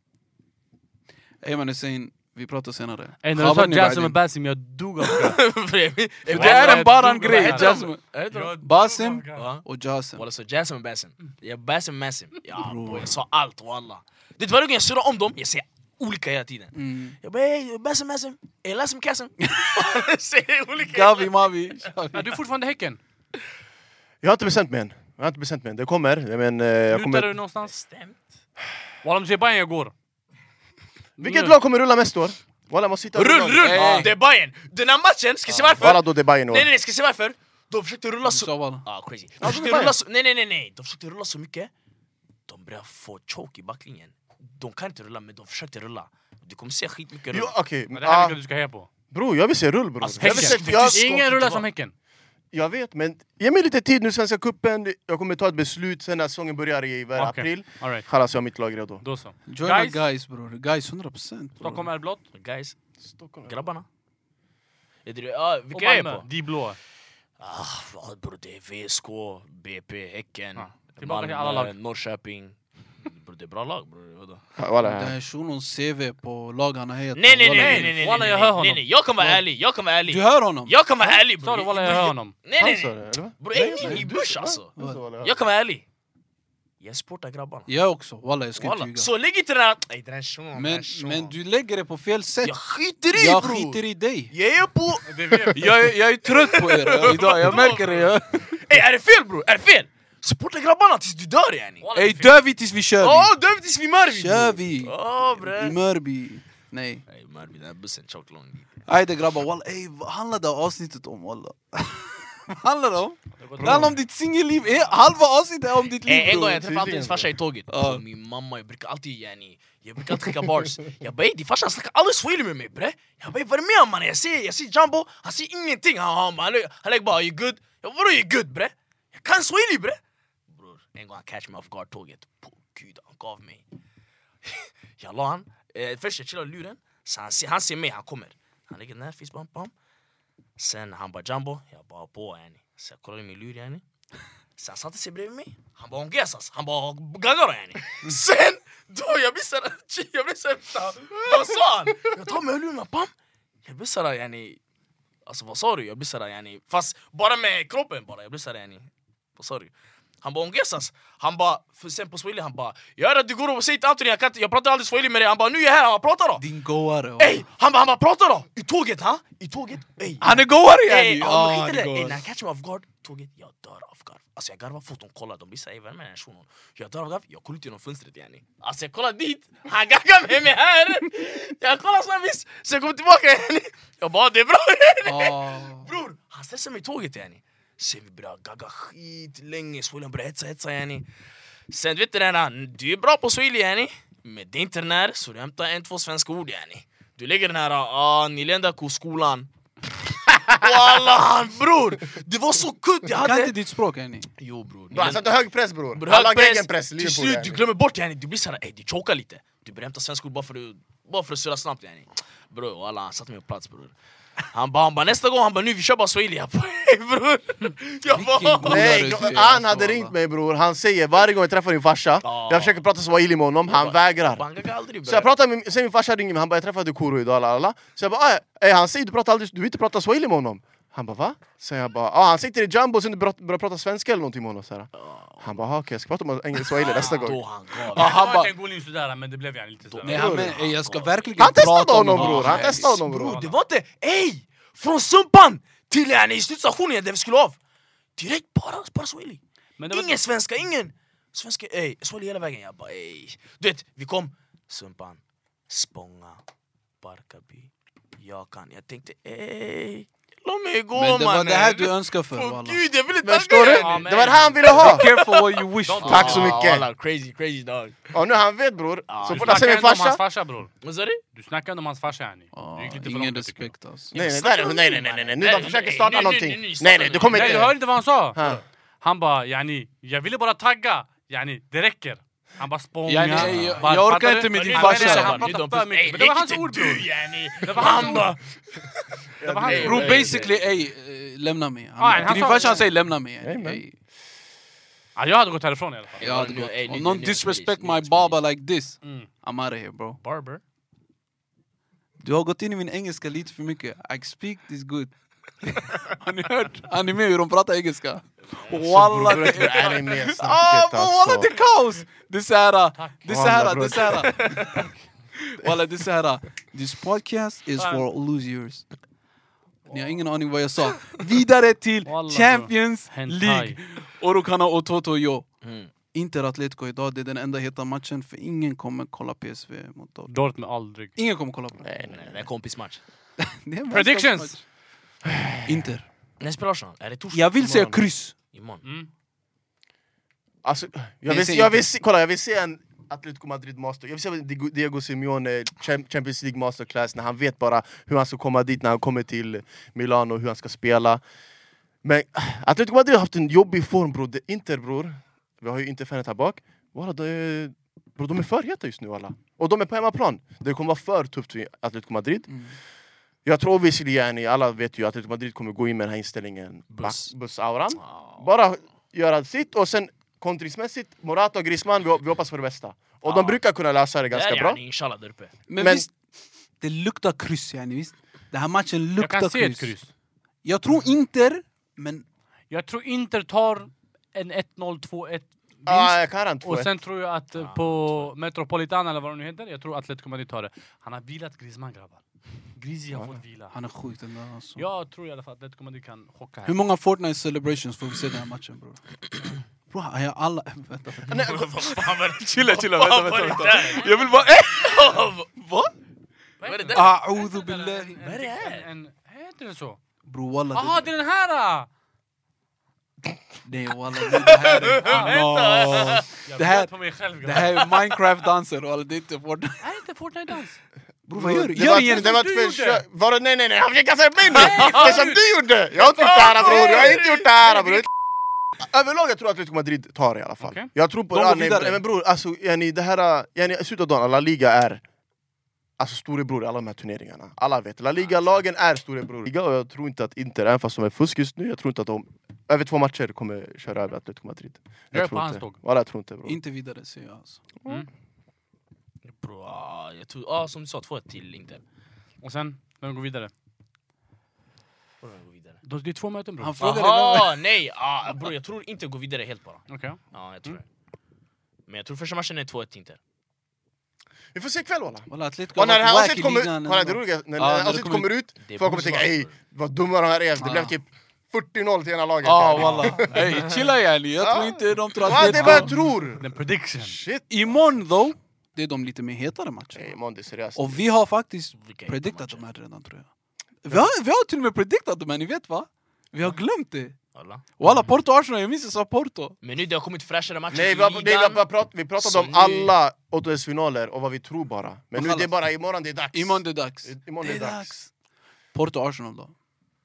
Ayman Hussein, vi pratar senare.
Ey, när du sa
Khabarni
Jassim
بعدين.
och Basim, jag dog av skratt.
För det är en Baran-grej.
Vad heter de?
Jassim.
Vad heter de?
Basim
Ja.
och Jassim.
Walla, så Jassim och Basim. Ja, Basim Massim. Ja, bro, jag sa allt, walla. Det var varje gång jag surrar om dem, jag säger olika hela tiden. Jag bara, hey, Basim Massim. Lassim Kassim. Jag säger olika.
Gavi Mavi.
Ja, du är fortfarande Häcken.
Jag har inte bestämt mig än. Det kommer. Men, jag
Lutar
kommer...
du någonstans? Stämt. Walla, om du säger Bayern, jag går.
Vilket lag kommer rulla mest då? Walla, jag måste hitta
Rull!
Ey.
Det är Bayern. Den här matchen, ska jag se varför?
Walla, då det är Bayern.
Nej, ska jag se varför? De försökte rulla
Du
så...
sa walla.
Crazy.
Ja,
De försökte
det är
rulla så... Nej. De försökte rulla så mycket. De började få choke i backlinjen. De kan inte rulla, men de försökte rulla. Du kommer se skitmycket rull.
Jo, okej.
Men det här är vilka du ska heja på.
Bro, jag vill se rull bror.
Alltså,
Jag vill se-
Häcken.
jag-
Ingen rullar som Häcken.
Jag vet, men ge mig lite tid nu, Svenska cupen. Jag kommer ta ett beslut sen när säsongen börjar i
Okej.
april.
All right.
Chalas, jag har mitt lag redo.
Då så.
Joina guys bror. Guys 100%.
Stockholm är blått.
Guys,
Stockholm.
grabbarna. Vilka
Och
är jag
Malmö,
på?
de blå.
Bror, det är VSK, BP, Häcken,
Ja. Tillbaka till alla
Malmö,
lag.
Norrköping. Bror, det är bra lag bror. Vadå?
Ja, walla.
Det här är shunons CV på lag han har hetat.
Nej.
Walla, jag hör honom.
Nej, jag kan vara ärlig.
Du hör honom?
Jag kan vara ärlig
Sa
bror.
du walla, jag hör honom?
Nej.
Han sa det, eller vad?
Bror,
Nej,
ingen i bush alltså.
Walla.
Jag kan vara ärlig. Jag supportar grabbarna.
Jag också. Walla, jag ska inte
Walla.
ljuga.
Så lägg inte den här... Nej, den här shunon,
Men du lägger det på fel sätt.
Jag skiter i
Jag
bror.
skiter i dig.
Jag är på...
Jag är trött på er idag, jag märker det.
Ey, är det fel bror? Är det fel? Supporta grabbarna tills du dör yani.
Ey, dör vi tills vi kör vi.
Dör vi tills vi Mörby.
Kör vi.
bre.
I Mörby. Nej.
Nej, Mörby, den här bussen tjock lång.
Ajde grabbar, walla. Ey, vad handlade avsnittet om walla? Vad handlar det om? Det handlar om ditt singelliv. Halva avsnittet är om ditt liv
En gång
bror.
jag träffade alltid hennes farsa i tåget.
Ja.
Min mamma, jag brukar alltid skicka bars. Jag bara, din farsa snackar aldrig swahili med mig bre. Jag bara, vad är det med mannen? Jag ser Jumbo, han ser ingenting. Han lägger bara, you good? Jag bara, vadå you good bre? Jag kan swahili bre. Bror, en gång han catch mig off guard tåget. På gud, han gav mig. Jag la han. Först jag chillade luren. Så han ser mig, han kommer. Han lägger den här, fist bump. Sen han bara Jumbo, jag bara på yani. Så jag kollade i min lur yani. Så han satte sig bredvid mig. Han bara omgesas. Han bara gagara yani. Sen då jag blir såhär, vad sa han? Jag tar med lurarna, pam. Jag blir såhär yani. Alltså vad sa du? Jag blir såhär yani. Fast bara med kroppen bara. Jag blir såhär yani. Vad sa du? Han bara ongesas. Han bara, sen på Swahili, han bara ja, du går och säger till Anthony, jag pratar aldrig Swahili med dig. Han bara, nu är jag här, han pratar då.
Din goare.
Ey, han bara pratar då. I tåget, ha? I tåget. Ey.
Han är goare
Ey,
yani.
han skiter det. Ey, när han catchar mig off guard, tåget, jag dör av garv. Alltså jag garvar fort, de kollar, de blir såhär, vem är den här shunon? Jag dör av garv, jag kollar ut genom fönstret yani. Alltså jag kollar dit, han gaggar med mig här. Jag kollar så här visst, så jag kommer tillbaka yani. Jag bara, det är bra yani. Bror, han stressar mig i tåget yani. Sen vi börjar gagga skit länge, Swahili börjar hetsa yani. Sen vet du den här, du är bra på Swahili yani. Men det är inte den här, så du hämtar 1-2 svenska ord yani. Du lägger den här, ni länder på skolan. Wallah, bror! Det var så kutt jag hade.
Kan inte ditt språk yani.
Jo bror.
Bra, så att du har hög press bror.
Bror,
Alla
hög
har egen press.
till slut, du glömmer bort yani. Du blir såhär, du chokar lite. Du börjar hämta svenska ord bara för att surra snabbt yani. Bror, wallah, han satte mig på plats bror. Han bara nästa gång, han bara nu vi kör bara Swahili. Jag bara, bror. Jag bara,
nej, han hade ringt mig bror. Han säger varje gång jag träffar din farsa, jag försöker prata Swahili med honom, han vägrar. Så jag pratar med, sen min farsa ringer mig, han bara jag träffade Kuro idag alla. Så jag bara, han säger du vill inte prata Swahili med honom. Han bara va? Så jag bara, han sitter i Jumbo och sen du börjar prata svenska eller någonting med honom så här. Han bara, okej, jag ska prata med engelska Swahili nästa gång.
Han bara en godling sådär, men det blev jag lite sådär.
Nej, jag ska verkligen
han testade
prata
honom
med
bror, han testade honom bror.
Det var inte, från Sumpan till i slutstationen där vi skulle av. Direkt bara Swahili. Ingen svenska, ingen svenska, Swahili hela vägen. Jag bara, du vet, vi kom Sumpan, Spånga, Barkarby, jag tänkte, låt mig gå,
men det var
mannen.
det här du önskar för walla.
Gud, jag ville
Förstår du?
tagga.
Det var det han ville ha.
Be careful what you wish for.
Tack så mycket.
Crazy dog.
Och nu han vet bror. Så
Du
fort jag ser min
snackar om hans
farsa.
farsa bror.
Vad sa du?
Du snackar om hans farsa yani.
Ingen respekt alltså.
Nej. Nu de försöker starta någonting. Nej, du kommer
Nej, du
inte.
hörde inte vad han sa.
Ha.
Han bara yani, jag ville bara tagga. Yani, det räcker. Han bara Spånga.
Yani, jag orkar inte med din farsa.
Han pratar för mycket. Men det var hans ord bror. Det var hans ord. Det var hans ord.
Bro, basically, lämna mig. Din farsa säger lämna mig.
Ja, jag hade gått härifrån i alla fall.
Jag hade gått. Om någon disrespect my baba like this, I'm out of here bro.
Barber.
Du har gått in i min engelska lite för mycket. I speak this good. Har ni hört? Anime hur de pratar engelska? Walla det är
Anime-snacket
walla det är kaos! Det är såhär. Walla det är såhär. This podcast is for losers. Ni har ingen aning vad jag sa. Vidare till Champions League. Orokana och Toto yo. Inte Atletico idag, det är den enda heta matchen. För ingen kommer kolla PSV mot Dortmund.
Dortmund aldrig.
Ingen kommer kolla på det.
Nej, det är kompismatch.
Predictions!
Inter.
När spelar Arsenal? Är det torsdag?
Jag vill säga kryss.
Imorgon.
Alltså, jag vill se en Atletico Madrid master. Jag vill se Diego Simeone Champions League masterclass när han vet bara hur han ska komma dit när han kommer till Milano och hur han ska spela. Men Atletico Madrid har haft en jobbig form bror. Inter bror. Vi har ju Inter-fanet här bak. Bro, de är för heta just nu alla. Och de är på hemmaplan. Det kommer vara för tufft för Atletico Madrid. Jag tror visserligen, alla vet ju att Atletico Madrid kommer gå in med den här inställningen. Bussauran. Bara göra sitt och sen kontringsmässigt, Morata och Griezmann, vi hoppas på det bästa. Och de brukar kunna lösa det ganska bra.
Inshallah där uppe.
Men visst, det luktar kryss yani, visst. Den här matchen luktar kryss.
Jag kan se ett kryss.
Jag tror Inter, men...
Jag tror Inter tar en 1-0, 2-1 vinst.
Jag kan
och sen tror jag att på Metropolitana eller vad det nu heter, jag tror Atletico Madrid tar det. Han har vilat Griezmann grabbar. Griezmann har fått vila.
Han är sjukt ändå alltså.
Jag tror i alla fall att Atletico Madrid kan chocka här.
Hur många Fortnite celebrations får vi se den här matchen bror? Bro, jag alla... Vänta. Chilla, vänta. Jag vill bara... Vad?
Vad är det där?
A'udhu billahi.
Vad är det här?
Heter det så?
Bro, wallah.
Jaha, det är den här!
Nej, wallah. Det här är...
Jag vet på mig själv.
Det här är Minecraft-danser, wallah. Det är inte Fortnite.
Är det inte Fortnite-dans?
Bro, vad gör du?
Nej, han fick säga mig nu! Det som du gjorde! Jag har inte gjort det här bror, jag har inte gjort det här bror. Överlag jag tror att Atletico Madrid tar det i alla fall.
Okay.
Jag tror på det. Men bror, alltså, det här... I slutet av dagen, La Liga är... Alltså storebror i alla de här turneringarna. Alla vet, La Liga-lagen är storebror. Och jag tror inte att Inter, även fast de är fusk just nu, jag tror inte att de över 2 matcher kommer köra över Atletico Madrid.
Jag tror inte.
Jag tror inte bror.
Inte vidare ser jag alltså.
Bro, jag tror, som du sa, 2-1 till Inter.
Och sen, när vi går vidare.
gå vidare?
Det är 2 möten, bror.
Han frågade
Jaha, nej! Bror, jag tror inte gå vidare helt bara.
Okej.
Ja, jag tror det. Men jag tror första matchen är 2-1 inte.
Vi får se ikväll walla.
Walla, Atletico
Och när
har
det
varit
här
wack i
kommer ut,
ligan
det
ändå.
roliga, när
Ja, när det
Atletico kommer ut,
Det är
folk kommer tänka
boxlag,
ey, vad dumma de här är. Det blev
Ja.
typ 40-0 till ena laget.
Ja, walla. Ey, chilla yani. Jag tror
Ja.
inte de tror
Ja, det är vad jag
Atletico...
tror.
Den prediction.
Shit.
Imorgon though, det är de lite mer hetare matcher.
Ey, man, det är seriöst.
Och vi har faktiskt
Vilka
prediktat
matcher?
de här redan, tror jag. Vi har till och med prediktat de här, ni vet va? Vi har glömt det.
Alla.
Och alla Porto Arsenal, jag minns jag sa Porto.
Men nu det har kommit fräschare matcher
Nej,
i
vi pratade
Så
om
nu-
alla åttondelsfinaler och vad vi tror bara. Men nu
Chalas.
det är bara imorgon det är dags.
Imorgon det är dags.
Imorgon det är dags.
Porto Arsenal då.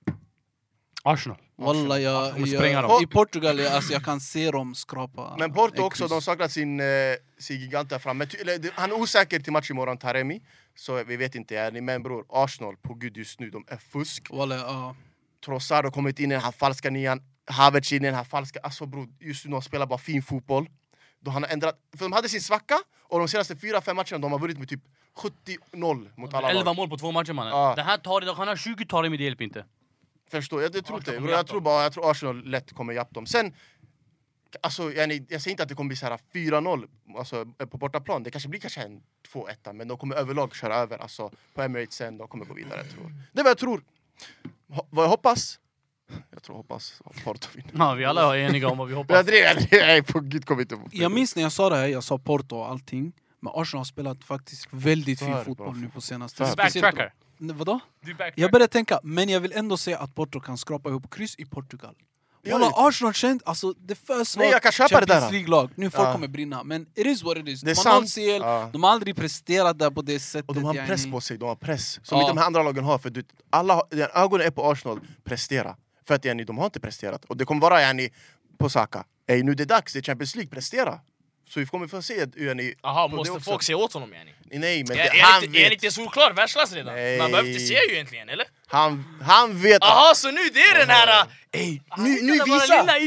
Arsenal.
Walla,
kommer spränga dem.
i Portugal, alltså, jag kan se dem skrapa.
Men Porto
en
också,
kryss.
de saknar sin gigant där framme. Han är osäker till match imorgon, Taremi. Så vi vet inte, är ni med bror? Arsenal, på gud just nu, de är fusk.
Walla, ja.
Trossard har kommit in i den här falska nian. Havertz in i den här falska... Alltså bror, just nu de spelar bara fin fotboll. Då han har ändrat... För de hade sin svacka, och de senaste 4-5 matcherna de har vunnit med typ 70-0 mot alla
11
lag.
mål på 2 matcher, mannen.
Ja.
Den här tar han har 20 tar det med hjälp inte.
Förstår jag, det tror inte.
Arsenal
Jag
kommer
tror Arsenal lätt kommer japp dem. Sen, alltså, jag säger inte att det kommer bli så här 4-0 alltså, på bortaplan. Det kanske blir en 2-1, men de kommer överlag köra över. Alltså, på Emirates sen, de kommer gå vidare, tror jag. Det är vad jag tror. Vad jag hoppas? Jag hoppas att Porto vinner.
Ja, vi alla är eniga om vad vi
Men
hoppas.
jag drev, på gud kommer inte...
Jag minns när jag sa det här, jag sa Porto och allting. Men Arsenal har spelat faktiskt väldigt fin
För
fotboll
bra
nu på senaste.
För.
Speciellt
Backtracker.
bra. Vadå?
Du backtrack.
Jag började tänka, men jag vill ändå säga att Porto kan skrapa ihop kryss i Portugal.
Ja,
Walla, Arsenal känt, alltså det först
Nej, jag kan köpa det där.
Champions League-lag. Nu folk
Ja.
kommer brinna, men it is what it is.
Det är
De har noll
sant.
CL,
Ja.
de har aldrig presterat där på det sättet.
Och de har en
yani.
press på sig, de har press. Som
Ja.
inte de här andra lagen har. För ögonen är på Arsenal, prestera. För att de har inte presterat. Och det kommer vara på Saka. Nu det är dags, det är Champions League, prestera. Så vi kommer få se
Jaha,
på det
måste
också.
folk se åt honom yani?
Nej, men
Är inte solklar världsklass redan?
Nej.
Man behöver inte se ju egentligen, eller?
han vet att...
Jaha, så nu det är den här... Ey, nu visa!
Lilla
Nej,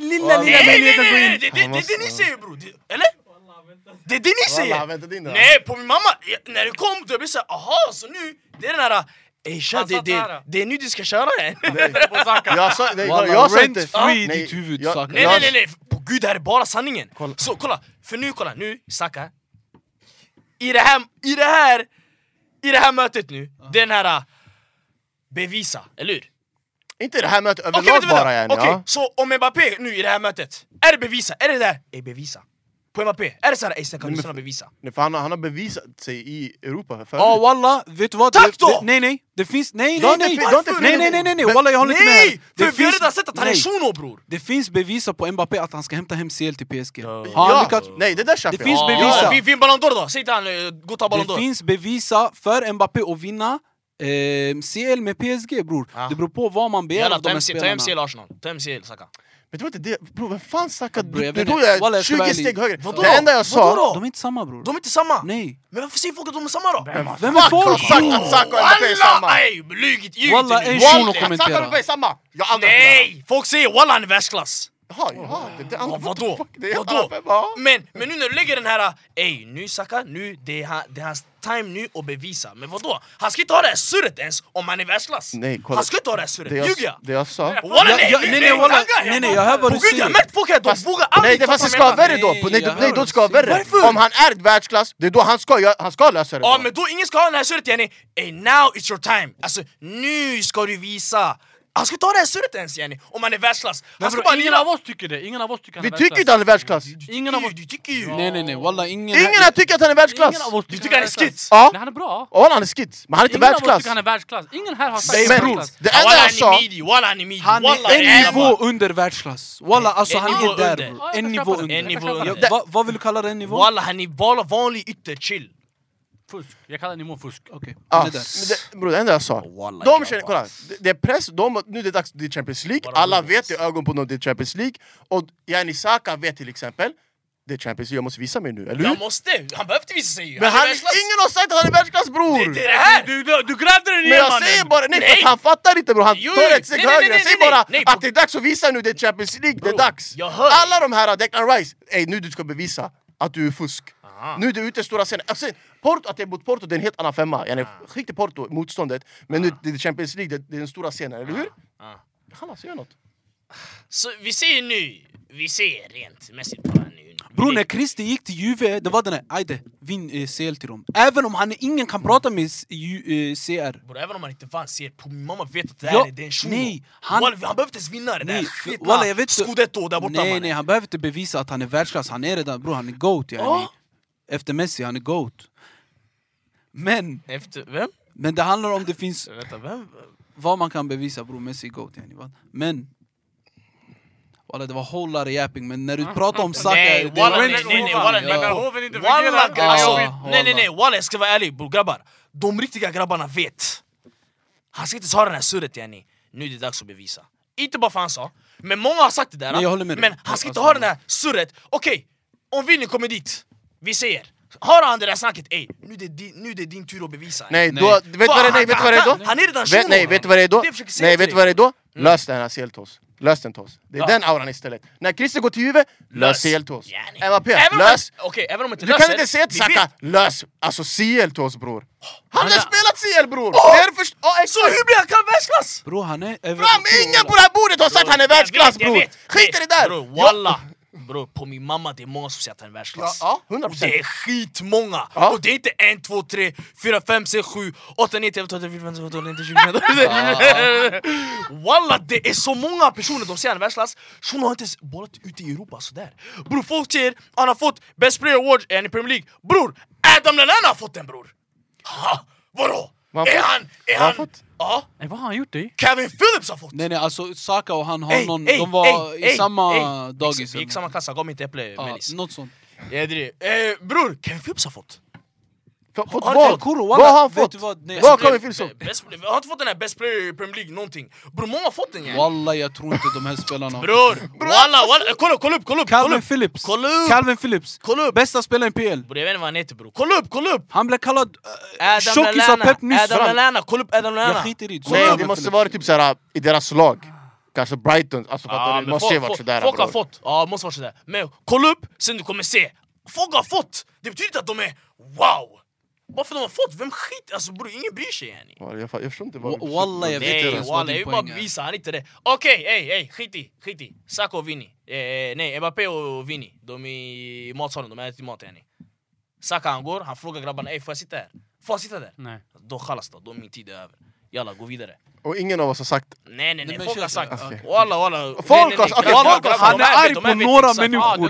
det är det ni säger bror! Eller? Det är det ni
Walla,
säger!
vänta din då.
Nej, på min mamma! När det kom, då blir det såhär, aha, så nu, det är den här... Ey tja,
Han satt nära.
det är nu du ska köra den!
På Saka.
Jag sa, nej,
Walla,
jag sa
rent
inte...
free i
Nej,
ditt huvud,
jag-
Saka.
jag-
Nej, på gud, det här är bara sanningen!
Kolla.
Så kolla, för nu, kolla, nu, Saka. I det här mötet nu, den här... Bevisa, eller hur?
Inte det här mötet
Okej,
överlag
vänta,
bara
vänta.
igen.
Okej,
Ja.
så om Mbappé nu i det här mötet, är det bevisa? Är det där? Bevisa. På Mbappé, är det såhär, ey snälla, kan du snälla bevisa?
Nej, för han har bevisat sig i Europa förut.
Ja walla, vet du vad?
Tack då!
Nej, det finns... Nej,
Du har inte fel,
walla jag håller inte med här.
Nej! För vi har redan sett att han är
nej.
shuno bror!
Det finns bevis på Mbappé att han ska hämta hem CL till PSG.
Ja.
Har han
Ja,
lyckats?
nej det där köper
Det finns
jag.
bevis.
Ja, vi Ballon d'Or då, säg till han, gå och ta Ballon
Det
d'Or.
finns bevisa för Mbappé att vinna CL med PSG bror.
Ja.
Det beror på vad man begär
Jalla,
av de här
ta
spelarna.
MCL Arsenal, ta MCL Saka.
Men det var inte det, bror vem fan snackar
Bror, jag
du?
vet
Du tog
inte. Walla, jag ska
20
vara ärlig.
steg högre.
Vadå?
Det enda jag sa...
Vadå då?
De är inte samma bror.
De är inte samma!
Nej.
Men varför säger folk att de är samma då?
Vem är folk?
Att Saka och Mbappé är samma.
Walla! Ey, ljugit
Walla,
inte
en
nu!
shuno
Walla,
kommentera.
Saka och Mbappé är samma! Jag har aldrig
Nej! Folk säger walla han är världsklass!
Jaha, det andra...
Vadå?
Det är
Vadå?
ja.
Men nu när du lägger den här, ey nu Saka, nu det är hans time nu att bevisa. Men vadå? Han ska inte ha det här surret ens om han är världsklass.
Nej, kolla.
Han ska inte ha det här surret, ljuger jag?
Det jag sa...
Walla
nej, walla, nej, jag hör vad du
På gud, jag har
säger.
märkt folk här, de vågar aldrig
Nej, det fast det ska vara värre då! Nej, då ska vara värre!
Varför?
Om han är världsklass, det är då han ska lösa det
Ja
då.
men då ingen ska ha den här surret yani. Ey now it's your time. Alltså nu ska du visa. Han ska inte ha det här surret ens yani, om han är världsklass. Han ska bara
Ingen
lira.
av oss tycker det. Ingen av oss tycker han
Vi
är
tycker inte
världsklass.
han är världsklass!
Ingen av oss.
Du tycker ju.
Nej, walla ingen...
Ingen här tycker att han är världsklass!
Ingen av oss
Du
tycker
tycker han är
världsklass.
skits?
Ja,
Nej, han är bra.
och han är skits, men han är inte
Ingen av oss
världsklass!
tycker han är världsklass. Ingen här har sagt
Nej,
han är
bror.
världsklass.
Det enda
Walla
jag
han
sa...
är midi, walla han är midi.
Han
Walla,
är
det
en
grabbar.
nivå under världsklass. Walla, alltså han
nivå
är där
under.
bror.
Ja,
En
jag
nivå
köper det.
under.
En nivå under.
Ja, vad vill du kalla den nivån?
Walla han är bara vanlig ytter-chill.
Fusk. Jag kallar nivån fusk.
Okej,
Ja,
han är där.
men bror, det enda jag sa.
Walla,
De
grabbar.
känner, kolla, det är press, nu är det dags, det är Champions League,
Bara
alla
lugnt.
vet det, ögon på dem, det är Champions League. Och Yani Saka vet till exempel, det är Champions League, jag måste visa mig nu, eller hur?
Jag måste, han behöver inte visa sig ju.
Men
Han är
han,
världsklass.
ingen har sagt att han är världsklass bror!
Det är det här!
Du grävde den
Men
igen
jag
mannen!
säger bara, nej,
Nej.
för att han fattar inte bror, han
Jo,
tar
jo.
ett steg
Nej, nej,
högre.
nej,
Jag säger
nej,
bara
nej.
att det är dags att visa nu, det är Champions League, det är
Bro,
dags!
jag hör
Alla de här, Declan Rice, nu du ska bevisa att du är fusk.
Aha.
Nu är du ute i stora scenen. Alltså, Porto, att det är mot Porto, det är en helt annan femma. Skit i Porto, motståndet. Men nu, det är Champions League, det är den stora scenen, eller hur? Kallas, gör något.
Så vi ser rent mässigt bara nu.
Bro, när Christer gick till Juve, det var den här, ajde, vinn CL till dem. Även om ingen kan prata med CR.
Bro, även om man inte vann CR, på min mamma vet att det här är den shuno.
Nej,
han behöver inte ens vinna det där.
Walla, jag vet
Scudetto där borta.
Nej, han behöver inte bevisa att han är världsklass. Han är redan, bro, han är GOAT. Efter Messi, han är GOAT. Men...
Efter vem?
Men det handlar om det finns...
Vänta, vem?
Vad man kan bevisa, bro, Messi är GOAT. Men... Walla, det var whole lot of yapping, men när du pratar om Saka...
Nej, walla, jag ska vara ärlig, bro, grabbar. De riktiga grabbarna vet. Han ska inte ha den här surret, yani. Nu är det dags att bevisa. Inte bara för han sa, men många har sagt det där.
Nej, jag håller med
men han ska inte ha den här surret. Okej, om Vinny kommer dit, vi säger. Har han det där snacket, nu är det din tur att bevisa.
Nej, då, vet du vad det är då?
Han är redan shuno.
Nej, vet du vad det är då? Nej, vet du vad det är då? Lös den här CL-tos. Lös den tos. Det är den auran istället. När Christer går till Juve, lös CL-tos. Mbappé, lös.
Okej, även om inte
du
löser.
kan inte säga till Saka, lös. Alltså CL-tos, bror. Han har spelat CL, bror.
Så hur blir han kall världsklass?
Bro, han är...
Ingen på det här bordet har sagt att han är världsklass, bror. Skit i det där.
Bro, walla. Bro, på min mamma det är många som säger att han är världsklass.
Ja, 100%.
Det är skitmånga. Och det är inte 1, 2, 3, 4, 5, 6, 7, 8, 9, 10, 12, 13, 14, 15, 16, 17, 18, 19, 20. Walla, det är så många personer som säger han är världsklass. Så har inte ens bollat ute i Europa sådär. Bror, folk säger han har fått Best Player Award i Premier League. Bror, Adam Lallana har fått den, bror. Vadå? Är han
fått?
Ja.
Vad har han gjort det?
Kevin Phillips har fått.
Nej, alltså Saka och han har någon... De var i samma dagis.
Vi gick samma klass, gav mig inte äpple, Melis.
Något sånt.
Bror, Kevin Phillips har fått.
Fått vad? Vad har han fått? Vad kommer Phillips upp?
Jag har inte fått den här Best Player i Premier League, någonting. Bror, många har fått den,
Walla, jag tror inte de här spelarna...
Bror, walla, kolla upp.
Calvin Phillips.
Kolla upp.
Bästa spelaren i PL.
Bror, jag vet inte vad han heter, bror. Kolla upp.
Han blev kallad tjockis av Pep nyss.
Adam Lallana, kolla upp Adam Lallana.
Jag skiter i det.
Nej, det måste vara typ såhär i deras lag. Kanske Brighton, alltså fattar du? Måste vara sådär,
folk har fått, måste vara sådär. Men kolla upp, sen du kommer se. Folk har fått, det betyder inte att de är wow. Varför de har fått? Vem skit? Alltså bror, ingen bryr sig, yani.
Jag förstår inte vad...
Walla, jag vet inte ens vad din
jag vill
poäng
bara
är.
visa, han inte det. Okej, skit i. Saka och Vinny. Nej, Mbappé och Vinny. De är i matsalen, de äter mat, yani. Saka han går, han frågar grabbarna, får jag sitta här? Får jag sitta där?
Nej.
Då kallas det, då min tid är över. Jalla, gå vidare.
Och ingen av oss har sagt...
Nej, folk har sagt.
Okay.
Walla.
Folk har...
Han är arg på några människor.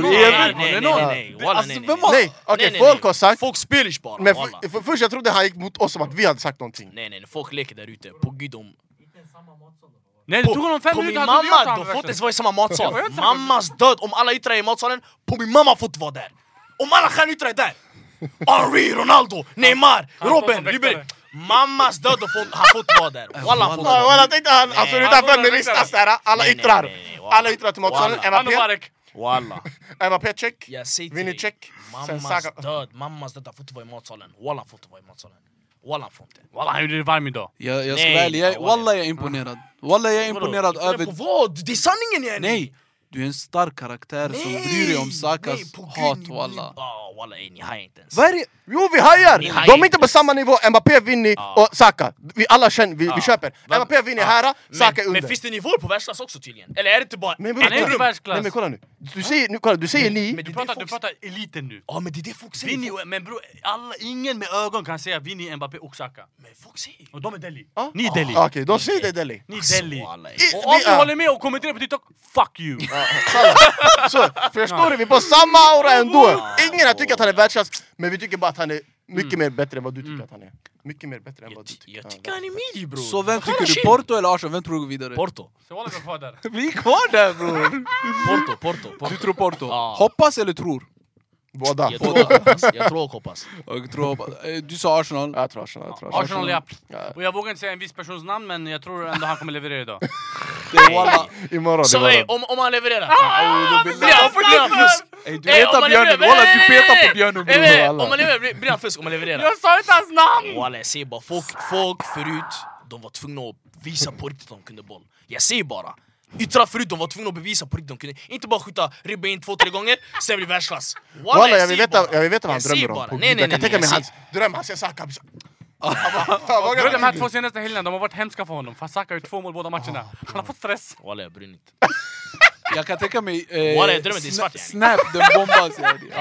Nej, okej, folk har sagt...
Folk spelar bara.
Men först jag trodde han gick mot oss som att vi hade sagt någonting.
Nej, folk leker där ute. På gud om...
Nej, det tog honom 5
på
minuter.
min mamma, de får inte ens vara i samma matsal. Mammas död, om alla yttrar i matsalen, på min mamma får inte vara där. Om alla stjärnyttrar är där. Henry, Ronaldo, Neymar, Robben, Ribery. Mammas död, han får inte vara där.
Walla, tänkte han, alltså utanför med listas där, alla yttrar. Alla yttrar till matsalen, Mbappé check, Vinny check.
Mammas död, han får inte vara i matsalen. Walla får inte vara i matsalen. Walla får inte.
Walla, han gjorde det varm idag.
Jag ska vara ärlig, walla jag är imponerad. Walla jag är imponerad över...
På vad? Det är sanningen, yani.
Nej, du är en stark karaktär som bryr dig om Sakas hat, walla.
Walla, ni har inte ens.
Vad är det?
Jo, vi hajar! De är inte på samma nivå, Mbappé, Vinny och Saka. Vi alla känner, vi köper. Mbappé, Vinny här, Saka under.
Men finns det nivåer på världsklass också tydligen? Eller är det inte bara...
Han är inte världsklass.
Nej men kolla nu. Du säger ni.
Du pratar eliten nu.
Ja, men det är det folk säger.
Vinny, men bro, ingen med ögon kan säga Vinny, Mbappé och Saka.
Men folk säger.
Och de är Delhi. Ni är Delhi.
Okej, de säger det Delhi.
Ni är Delhi. Och om du håller med och kommenterar på TikTok, fuck you.
Så, förstår du? Vi är på samma aura ändå. Ingen har tyckt att han är världsklass, men vi tycker bara att han är mycket mer bättre än vad du tycker att han är. Mycket mer bättre än vad du tycker.
Jag tycker han är midi, bror.
Så vem tycker du? Porto eller Arsenal? Vem tror du vidare?
Porto.
Så walla, vi är kvar där.
Vi är kvar där, bror.
Porto.
Du tror Porto? Hoppas eller tror?
Båda.
Jag tror och hoppas.
Du sa Arsenal.
Jag tror Arsenal.
Arsenal, ja. Och jag vågar inte säga en viss persons namn, men jag tror ändå han kommer leverera idag.
Imorgon.
Så om han levererar.
Du petar björnen, walla du petar på björnen.
Om man levererar, blir han fusk om man levererar.
Jag sa inte hans namn!
Walla, jag säger bara, folk förut, de var tvungna att visa på riktigt att de kunde boll. Jag säger bara, yttra förut, de var tvungna att bevisa på riktigt. De kunde inte bara skjuta ribba in 2-3 gånger, sen blir världsklass.
Walla, jag vill veta vad han drömmer om.
Jag kan tänka mig
hans dröm, han ser Saka.
De här 2 senaste helgerna, de har varit hemska för honom. Fast Saka har 2 mål båda matcherna. Han har fått stress.
Walla, jag bryr inte.
Jag kan tänka mig
Snap, den bombas.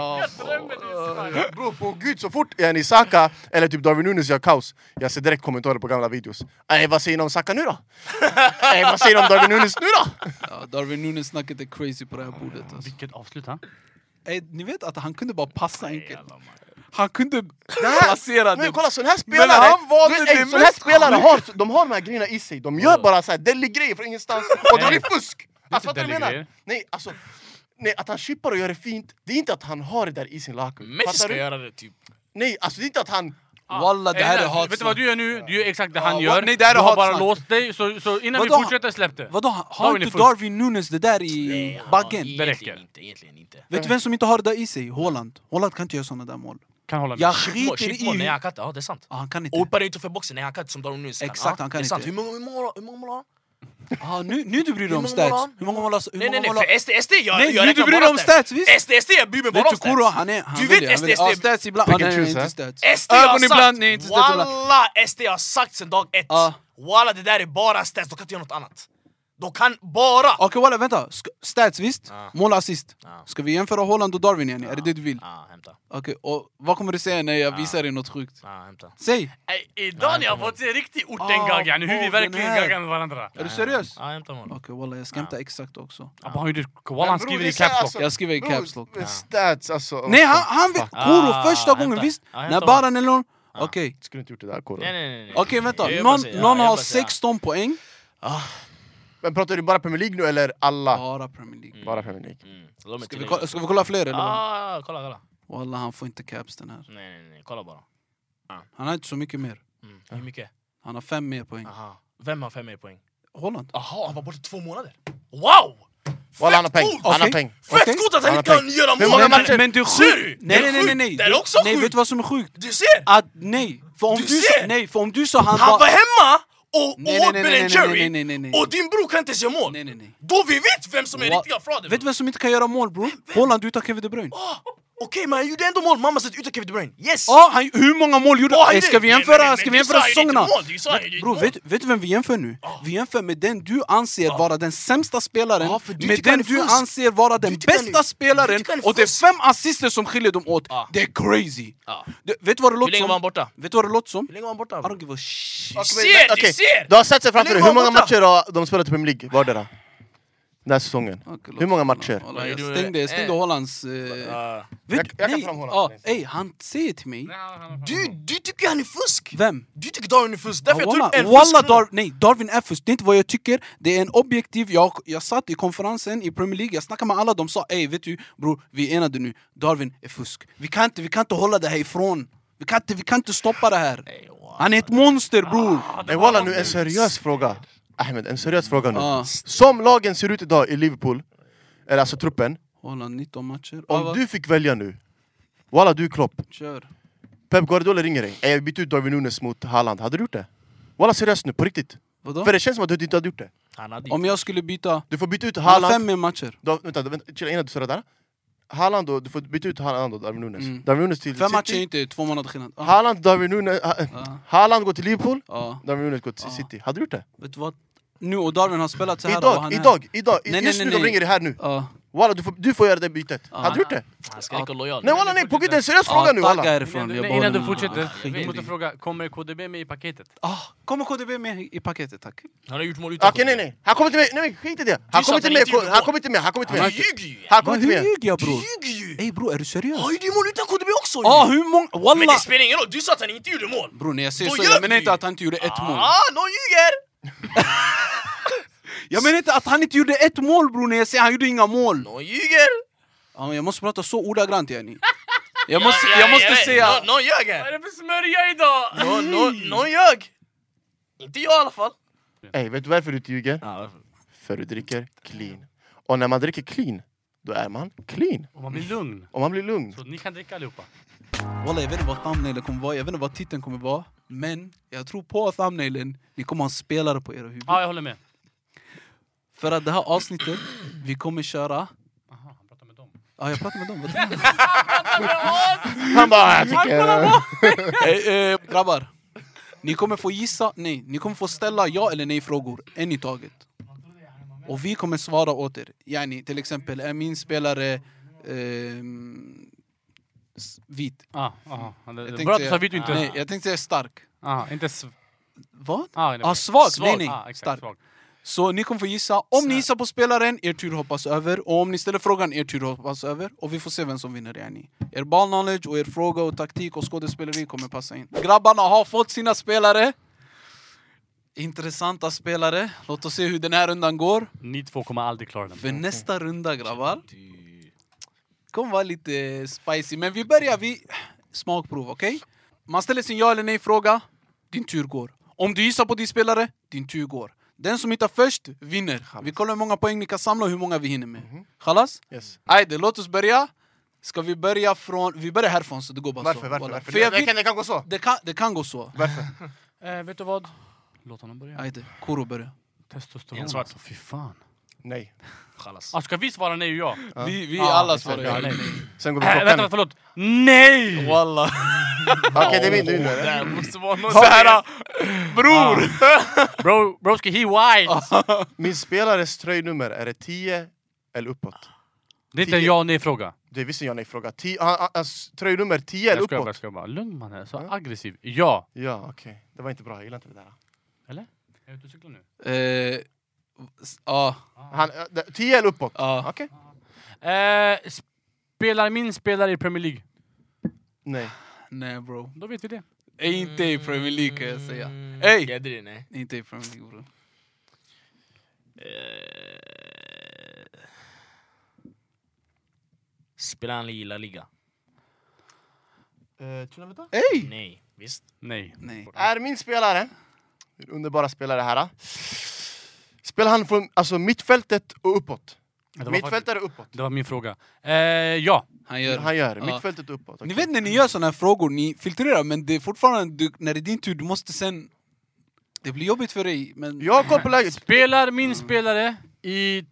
Bro, på gud, så fort ni Saka eller typ Darwin Núñez gör kaos, jag ser direkt kommentarer på gamla videos. Vad säger ni om Saka nu då? Vad säger ni om Darwin Núñez nu då?
Ja, Darwin Núñez snacket är crazy på det här bordet. Alltså.
Vilket avslut, ha?
Ni vet att han kunde bara passa enkelt. Han kunde placera
men
det.
kolla, sån här spelare,
han valde
sån här spelare har de här grejerna i sig. De gör bara så här deli-grejer från ingenstans och det blir fusk. Alltså, vad du menar? Nej, att han chippar och gör det fint. Det är inte att han har det där i sin lakan.
Messi ska göra det typ.
Nej, alltså det är inte att han...
Walla, det här är hatsnack.
Vet du vad du gör nu? Du gör exakt det han gör.
Nej, det här är
du har bara
hatsnack.
låst dig, så innan vi fortsätter släpp det.
Vadå, har inte Darwin Núñez det där i baggen?
Det räcker.
Egentligen inte.
Vet du vem som inte har det där i sig? Haaland. Haaland kan inte göra såna där mål.
Kan hålla med.
Jag skiter i...
Nej, han kan inte. Ja, det är sant.
Han kan inte.
Och uppe inte för boxen. Nej, han kan inte som Darwin Núñez.
Exakt, han kan
inte.
inte.
Hur många mål har han?
Nu du bryr dig om stats. Hur många mål har...
Nej, för SD gör...
Nej, nu du bryr dig om stats, visst?
SD, jag bryr mig bara om stats.
Kuro, han är...
Du vet SD...
Ja, stats ibland. Nej, inte stats.
SD har
Ögon ibland, nej, inte
sagt...
stats ibland.
Walla, SD har sagt sen dag 1. Walla, det där är bara stats. De kan inte göra något annat. De kan bara...
Okej, walla, vänta. Stats, visst? Mål assist. Ska vi jämföra Haaland och Darwin igen? Är det du vill?
Ja, hämta.
Okej, och vad kommer du säga när jag visar dig något sjukt?
Ja, hämta.
Säg!
Idag har jag fått se riktigt ortengagg, hur vi verkligen gaggar med varandra.
Är du seriös?
Ja, hämta mål.
Okej, walla, jag ska hämta exakt också.
Walla, han skriver i caps lock.
Jag skriver i caps lock.
Stats, alltså...
Nej, han vet... Kuro första gången, visst? När bara Nelon... Okej.
Skulle inte gjort det där, Kuro.
Nej.
Okej, vänta. Någon har 16 poäng.
Men pratar du bara Premier League nu eller alla?
Bara Premier League.
Bara Premier League.
Ska vi kolla fler eller?
Ja, kolla.
Walla, han får inte caps den här.
Nej, kolla bara.
Han har inte så mycket mer.
Hur mycket?
Han har 5 mer poäng.
Aha. Vem har 5 mer poäng?
Haaland.
Aha, han var borta 2 månader. Wow!
Walla, han har peng. Han har peng.
Fett coolt att han inte kan göra
Hur många
mål!
matcher?
Men du
Ser du?
Nej.
Det är också
Nej,
sjukt!
vet du vad som är sjukt?
Du ser!
Att nej. För om du sa han
Han var hemma och åt
nej,
Ben & Jerry
nej.
och din bror kan inte se mål.
Nej.
Då vi vet vem som är riktiga frader.
Vet du vem som inte kan göra mål, bro? Haaland utan Kevin De Bruyne.
Okej, men han gjorde ändå mål. Mamma satt utan Kevin De Bruyne. Yes!
Hur många mål gjorde han? Ska vi jämföra säsongerna? Bro, vet du vem vi jämför nu? Vi jämför med den du anser vara den sämsta spelaren med den du anser vara den bästa spelaren och det är 5 assister som skiljer dem åt. Det är crazy. Vet du vad det låter som?
Hur länge var han borta?
Vet du vad det låter som?
Hur länge var han borta?
I don't give a shit.
Du ser!
Du har sett sig framför dig. Hur många matcher har de spelat i Premier League? Var det då? Den här säsongen. Hur många matcher?
Jag stängde Haalands...
Jag kan fram Haaland.
Han säger till mig...
Du tycker han är fusk.
Vem?
Du tycker Darwin är fusk. Därför jag tog upp en fusk.
Darwin är fusk. Det är inte vad jag tycker. Det är en objektiv... Jag satt i konferensen i Premier League. Jag snackade med alla. De sa, vet du, bror, vi är enade nu. Darwin är fusk. Vi kan inte hålla det här ifrån. Vi kan inte stoppa det här. Han är ett monster, bror.
Men walla, nu en seriös fråga. Ahmed, en seriös fråga nu. Som lagen ser ut idag i Liverpool, eller alltså truppen.
Haaland 19 matcher.
Om du fick välja nu. Walla, du är Klopp.
Kör.
Pep Guardiola ringer dig. Jag bytte ut Darwin Núñez mot Haaland. Hade du gjort det? Walla, seriöst nu, på riktigt.
Vadå?
För det känns som att du inte hade gjort det.
Om jag skulle byta...
Du får byta ut
Han har
Haaland.
5 mer matcher.
Vänta, chilla innan du säger det där. Haaland och du får byta ut Haaland och Darwin Núñez. Darwin Núñez till
5 matcher är
City.
inte 2 månader skillnad.
Haaland, Darwin Núñez. Haaland går till Liverpool. Darwin Núñez går till City. Hade du gjort det?
Vet du vad? Nu och Darwin har spelat så här.
Idag. Just nu de ringer det här nu. Walla, du får göra det bytet. Hade du gjort det?
Han ska inte lojal.
Nej walla, nej, på gud, det är en seriös fråga nu walla.
Innan du fortsätter, vi måste fråga, kommer KDB med i paketet?
Kommer KDB med i paketet, tack.
Han har gjort mål utan
Okej, nej. Han kommer inte med. Nej, skit i det. Han kommer inte med.
Han ljuger ju.
Hur ljuger jag, bror? Ey bror, är du seriös?
Han gjorde ju mål utan KDB också.
Hur många? Walla!
Men det spelar ingen roll, du sa att han inte gjorde mål.
Bror, när jag säger så, jag menar inte att han inte gjorde ett mål.
Någon ljuger!
Jag menar inte att han inte gjorde ett mål, bror, när jag säger han gjorde inga mål.
Någon ljuger!
Jag måste prata så ordagrant, yani. Jag måste säga...
Någon ljög här!
Vad är det för smörja idag?
Någon ljög! Inte jag i alla fall.
Ey, vet du varför du inte ljuger? För du dricker clean. Och när man dricker clean, då är man clean.
Och man blir lugn.
Så
ni kan dricka allihopa.
Walla, jag vet inte vad thumbnailen kommer vara. Jag vet inte vad titeln kommer vara. Men jag tror på thumbnailen, ni kommer ha en spelare på era huvud.
Ja, jag håller med.
För att det här avsnittet, vi kommer köra...
Aha, han pratar med dem.
Ja, jag pratar med dem.
Han bara, jag tycker...
Grabbar, ni kommer få gissa... Nej, ni kommer få ställa ja eller nej frågor. En i taget. Och vi kommer svara åt er. Yani, till exempel, är min spelare... vit.
Bra
tänkte
att du sa vit och inte...
Nej, jag tänkte säga stark.
Inte
Vad?
svag.
Svag. Nej,
Exakt,
stark.
svag.
Så ni kommer få gissa. Om ni gissar på spelaren, er tur hoppas över. Och om ni ställer frågan, er tur hoppas över. Och vi får se vem som vinner. Yani. Er ball knowledge och er fråga och taktik och skådespeleri kommer passa in. Grabbarna har fått sina spelare. Intressanta spelare. Låt oss se hur den här rundan går.
Ni två kommer aldrig klara den.
För nästa runda, grabbar, kommer vara lite spicy. Men vi börjar vid smakprov, okej? Man ställer sin ja eller nej fråga. Din tur går. Om du gissar på din spelare, din tur går. Den som hittar först vinner. Vi kollar hur många poäng ni kan samla och hur många vi hinner med. Khalas?
Yes.
Ajde, låt oss börja. Ska vi börja från... Vi börjar härifrån så det går bara så.
Varför?
För jag
Det kan gå så.
det kan gå så.
Varför? Vet du vad? Låt honom börja.
Ajde, Kuro börja.
Testosteron.
En svart.
Alltså, fy fan.
Nej.
Ska vi svara nej och ja?
Vi alla svarar ja.
nej.
Sen går vi klockan.
Vänta, förlåt. Nej!
Wallah.
Okej, det är min tur.
Det måste vara någon
Såhär, bror! Broski, he white!
Min spelares tröjnummer, är det 10 eller uppåt?
Det är inte en ja och nej-fråga.
Det visste jag, nej-fråga. Hans tröjnummer 10 eller uppåt?
Jag ska bara. Lugn man är så aggressiv. Ja.
Ja, okej. Det var inte bra, jag gillar inte det där.
Eller? Är du ute och cyklar nu?
Ja.
10 eller uppåt?
Ja.
Okej.
Spelar min spelare i Premier League?
Nej.
Nej, bro.
Då vet vi det.
Inte i Premier League kan jag säga. Ey!
Gedri, nej.
Inte i Premier League, bro.
Spelar han i La Liga?
Ey!
Nej, visst.
Nej.
Är min spelare, min underbara spelare här, spelar han från mittfältet och uppåt? Mittfältare uppåt.
Det var min fråga. Ja.
Han gör mittfältet och uppåt. Okay.
Ni vet när ni gör såna här frågor, ni filtrerar, men det är fortfarande, när det är din tur, du måste sen... Det blir jobbigt för dig, men...
Jag har koll på läget.
Spelar min spelare i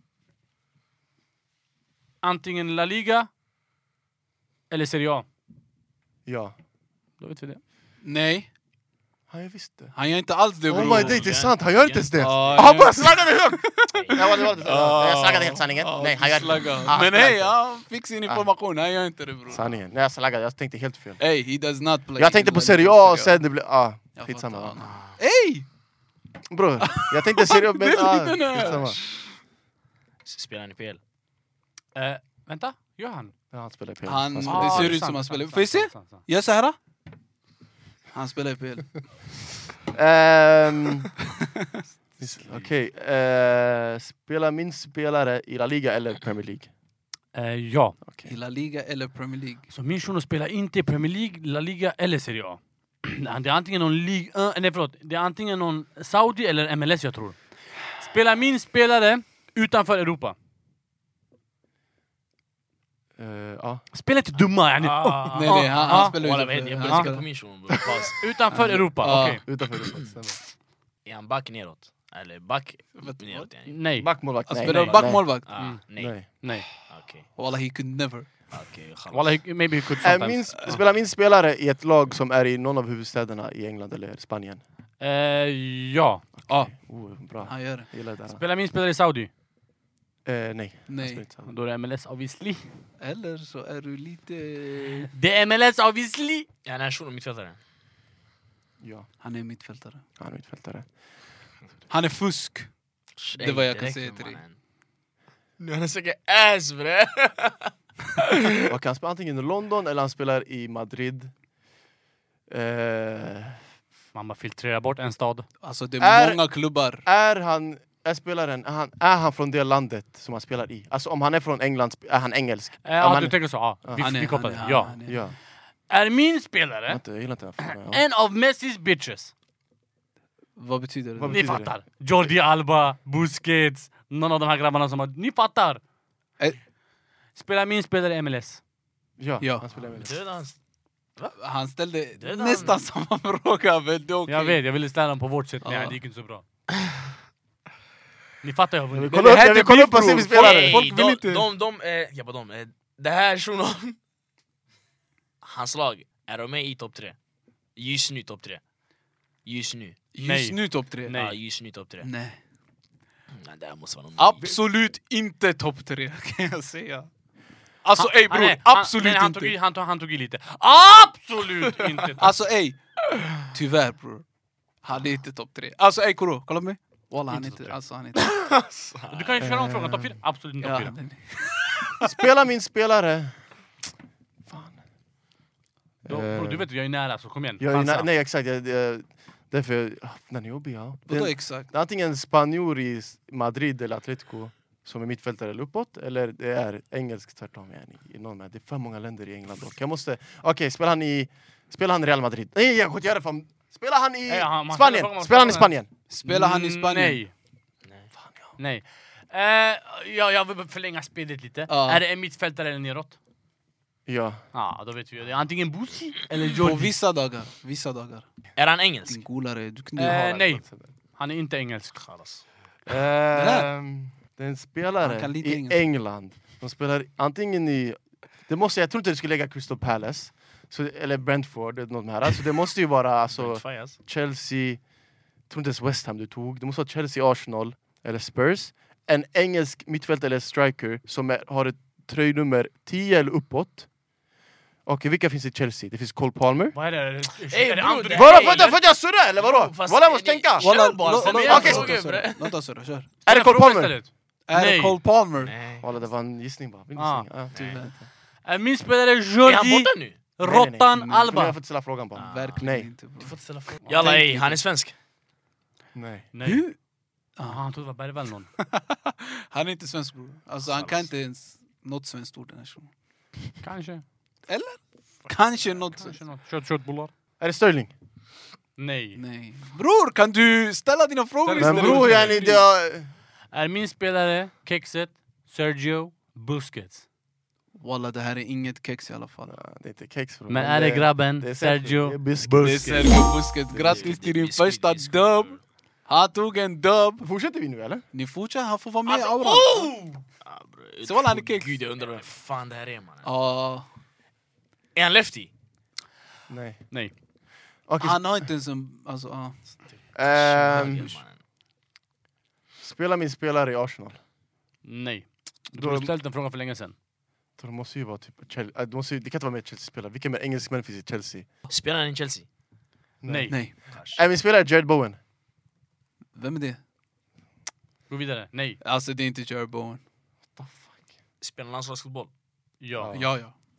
antingen La Liga eller Serie A?
Ja.
Då vet vi det.
Nej.
Han gör visst det.
Han gör inte alls det, bro.
Oh my, det är sant, han gör inte ens det.
Ja,
Han bara slaggade högt! Jag slaggade helt sanningen. Nej, han gör
men hej, han fick sin information, han gör inte det, bro.
Sanningen. Nej, jag slaggade, jag tänkte helt fel.
Hey, he does not play.
Jag tänkte på Serie A och sen det blev... skitsamma.
Ey!
Bror, jag tänkte Serie A, men... skitsamma.
Spelar han i PL?
Vänta, gör han?
Ja, han spelar i PL.
Det ser ut som han spelar. Får vi se? Gör så här. Han spelar i PL.
Okej. Spelar min spelare i La Liga eller Premier League?
Ja.
I La Liga eller Premier League?
Så min shuno spelar inte i Premier League, La Liga eller Serie A. Det är antingen någon det är antingen någon Saudi eller MLS, jag tror. Spelar min spelare utanför Europa?
Ja.
Spelar inte dumma, yani.
Nej, han spelar
Walla,
utanför.
jag börjar på min shuno.
Utanför Europa, okej.
Utanför Europa, stämmer.
Är han back neråt? Eller back neråt, yani?
Nej.
Backmålvakt?
Han
Nej.
spelar backmålvakt.
Nej.
Nej.
Okej.
Wallah, he could never.
Walla, maybe he could sometimes.
Spelar min spelare i ett lag som är i någon av huvudstäderna i England eller Spanien?
Ja.
Ja,
Bra.
han gör det.
Jag gillar det där.
Spelar min spelare i Saudi?
Nej.
Då är det MLS obviously.
Eller så är du lite...
Det är MLS obviously.
Ja, han är shuno mittfältare.
Ja,
Han är mittfältare.
han är mittfältare.
Han är fusk. Det är vad jag kan säga till dig.
Nu han är säkert ass, bre.
Och han spelar antingen i London eller han spelar i Madrid.
Mamma filtrerar bort en stad.
Alltså det är många klubbar.
Är han från det landet som han spelar i? Alltså om han är från England, är han engelsk?
Du tänker så, ja. Vi kopplar det. Ja.
Ja.
Är min spelare
Jag gillar inte
en av Messis bitches?
Vad betyder det?
Ni fattar. Jordi Alba, Busquets, någon av de här grabbarna som har... Ni fattar. Spelar min spelare i MLS?
Ja, han spelar i MLS.
Han ställde nästan samma fråga.
Jag vet, jag ville ställa dem på vårt sätt, men det gick inte så bra. Ni fattar jag har vunnit.
Jag vill kolla upp och se vi spelare.
Folk vill inte...
Det här shunon, hans lag, är de med i topp 3? Just nu topp 3. Just nu.
Just nu topp 3.
Nej.
Ja, just nu topp 3.
Nej.
Nej, det här måste vara någon.
Absolut inte topp 3 kan jag säga. Alltså ey bror,
nej,
absolut
nej,
inte.
Han tog i lite. Absolut inte.
Alltså ey, tyvärr bror. Han är inte topp 3. Alltså ey Kuro, kolla på mig. Wallah, han är inte, alltså han är inte.
Du kan ju köra om frågan, topp 4? Absolut inte topp 4.
Spela min spelare.
Du vet, jag är nära, så kom igen.
Nej, exakt. Därför, den är jobbig, ja.
Vadå exakt?
Det är antingen spanjor i Madrid eller Atletico som är mittfältare eller uppåt, eller det är engelsk tvärtom. Det är för många länder i England dock. Jag måste... Okej, spelar han i Real Madrid? Nej, jag kan göra det. Spelar han i Spanien? Spelar han i Spanien?
Spelar han i Spanien?
Nej.
Fan, ja.
Nej. Jag vill förlänga spelet lite. Är det en mittfältare eller neråt?
Ja.
Ja, då vet vi. Det är antingen Busi eller
På
Jordi.
vissa dagar. Vissa dagar.
Är han engelsk?
Din golare, du kunde ha...
Nej, han är inte engelsk.
Det är en spelare
kan lite
i
engelska.
England. De spelar antingen i... Jag tror inte du skulle lägga Crystal Palace. Eller Brentford, något med här. Alltså, det måste ju vara Chelsea... Jag tror inte ens West Ham du tog. Det måste vara Chelsea, Arsenal eller Spurs. En engelsk mittfältare eller striker som har ett tröjnummer 10 eller uppåt. Okej, vilka finns i Chelsea? Det finns Cole Palmer.
Vad är det? Är det
bror,
Anthony?
det-
Vadå, får jag surra eller vadå?
Fast-
Vad jag måste tänka?
Kör bara, sen är jag
Okej,
frågar.
Vänta surra, kör.
Är det Cole
Fråga
Palmer?
istället.
Är det
Nej.
Cole Palmer?
Nej.
Walla, det var en gissning bara.
Tyvärr. Min spelare
Är han
Jordi
borta nu?
Råttan
Jag
Alba.
har fått ställa frågan bara.
Verkligen
Nej.
inte bror.
Du får inte ställa frågan. Jalla, ey, han är svensk.
Nej.
Nej.
Hur?
Han trodde det var Bergvall någon.
Han är inte svensk bror. Alltså han kan inte ens något svenskt ord den här showen.
Kanske.
Kanske något.
Kanske något. Köttbullar.
Är det Sterling?
Nej.
Nej. Bror, kan du ställa dina frågor
Men
istället?
bror, jag är inte...
Är min spelare Kexet Sergio Busquets?
Walla, det här är inget kex i alla fall.
Det är inte kex bror.
Men är det grabben
det är
Sergio
det är Busquets.
Det är Sergio Busquets. Grattis till din första dub. Han tog en dub.
Fortsätter vi nu eller?
Ni fortsätter, han får vara med i
Alltså,
auran. Så var han är kex.
Gud, jag undrar vem fan det här är, man.
Ja.
Är han lefty?
Nej.
Okej,
Han har inte ens en... Alltså,
spela min spelare i Arsenal.
Nej. Du
Då-
har ställt en fråga för länge sedan.
Så det måste ju vara typ... det kan inte vara med Chelsea-spelare. Vilka mer engelsmän finns i Chelsea?
Spelar han i Chelsea?
Nej.
nej.
Är min spelare Jared Bowen?
Vem är det?
Gå vidare. Nej.
Alltså det är inte Jared Bowen.
Spelar han landslagsfotboll?
Ja.
Ja.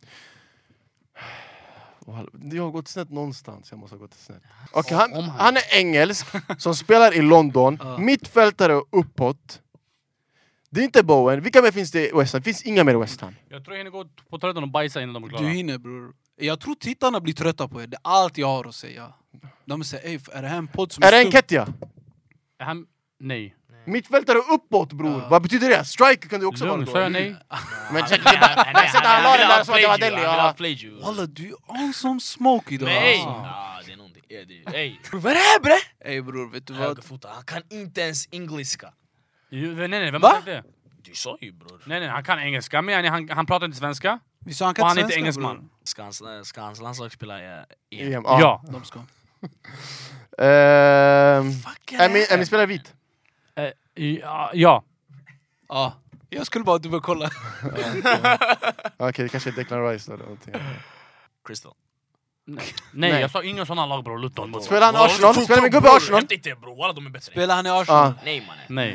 Det har gått snett någonstans. Jag måste ha gått snett. Okej,
Om
han är engelsk som spelar i London. Mittfältare och uppåt. Det är inte Bowen. Vilka mer finns det i West Ham? Det finns inga mer i West Ham.
Jag tror jag hinner gå på toaletten och bajsa innan de är klara.
Du hinner bror. Jag tror tittarna blir trötta på er. Det är allt jag har att säga. De säger, ey, är det här en podd som
Är det
stum?"
Nketiah?
Är han... Nej.
Mittfältare och uppåt bror. Vad betyder det? Striker kan det också
Lugn, sa
vara
jag
då.
nej?
Men sätt han la den där som att det var Delhi. Ja.
Walla, du är on som smoke idag.
Nej!
Alltså.
Det är någonting. Ey, vad är det här bre?
Ey bror, vet du vad?
Högerfota, han kan inte ens engelska.
Nej, vem
Va?
har sagt det?
Du sa ju bror.
Nej, han kan engelska, men han pratar inte svenska.
Vi sa han
Och
kan
han är
svenska,
inte engelsman.
bror.
Ska hans landslag spela EM?
EM,
Ja.
De ska.
Är min spelare vit?
Ja.
Ja. Jag skulle bara dubbelkolla.
Okej, det kanske är Declan Rice eller någonting.
Crystal.
Nej, jag sa inga såna lag bror. Luton.
Spelar han Arsenal? Spelar min gubbe i Arsenal?
Hämta inte bror, walla de är bättre.
Spelar han i Arsenal?
Nej mannen.
Nej.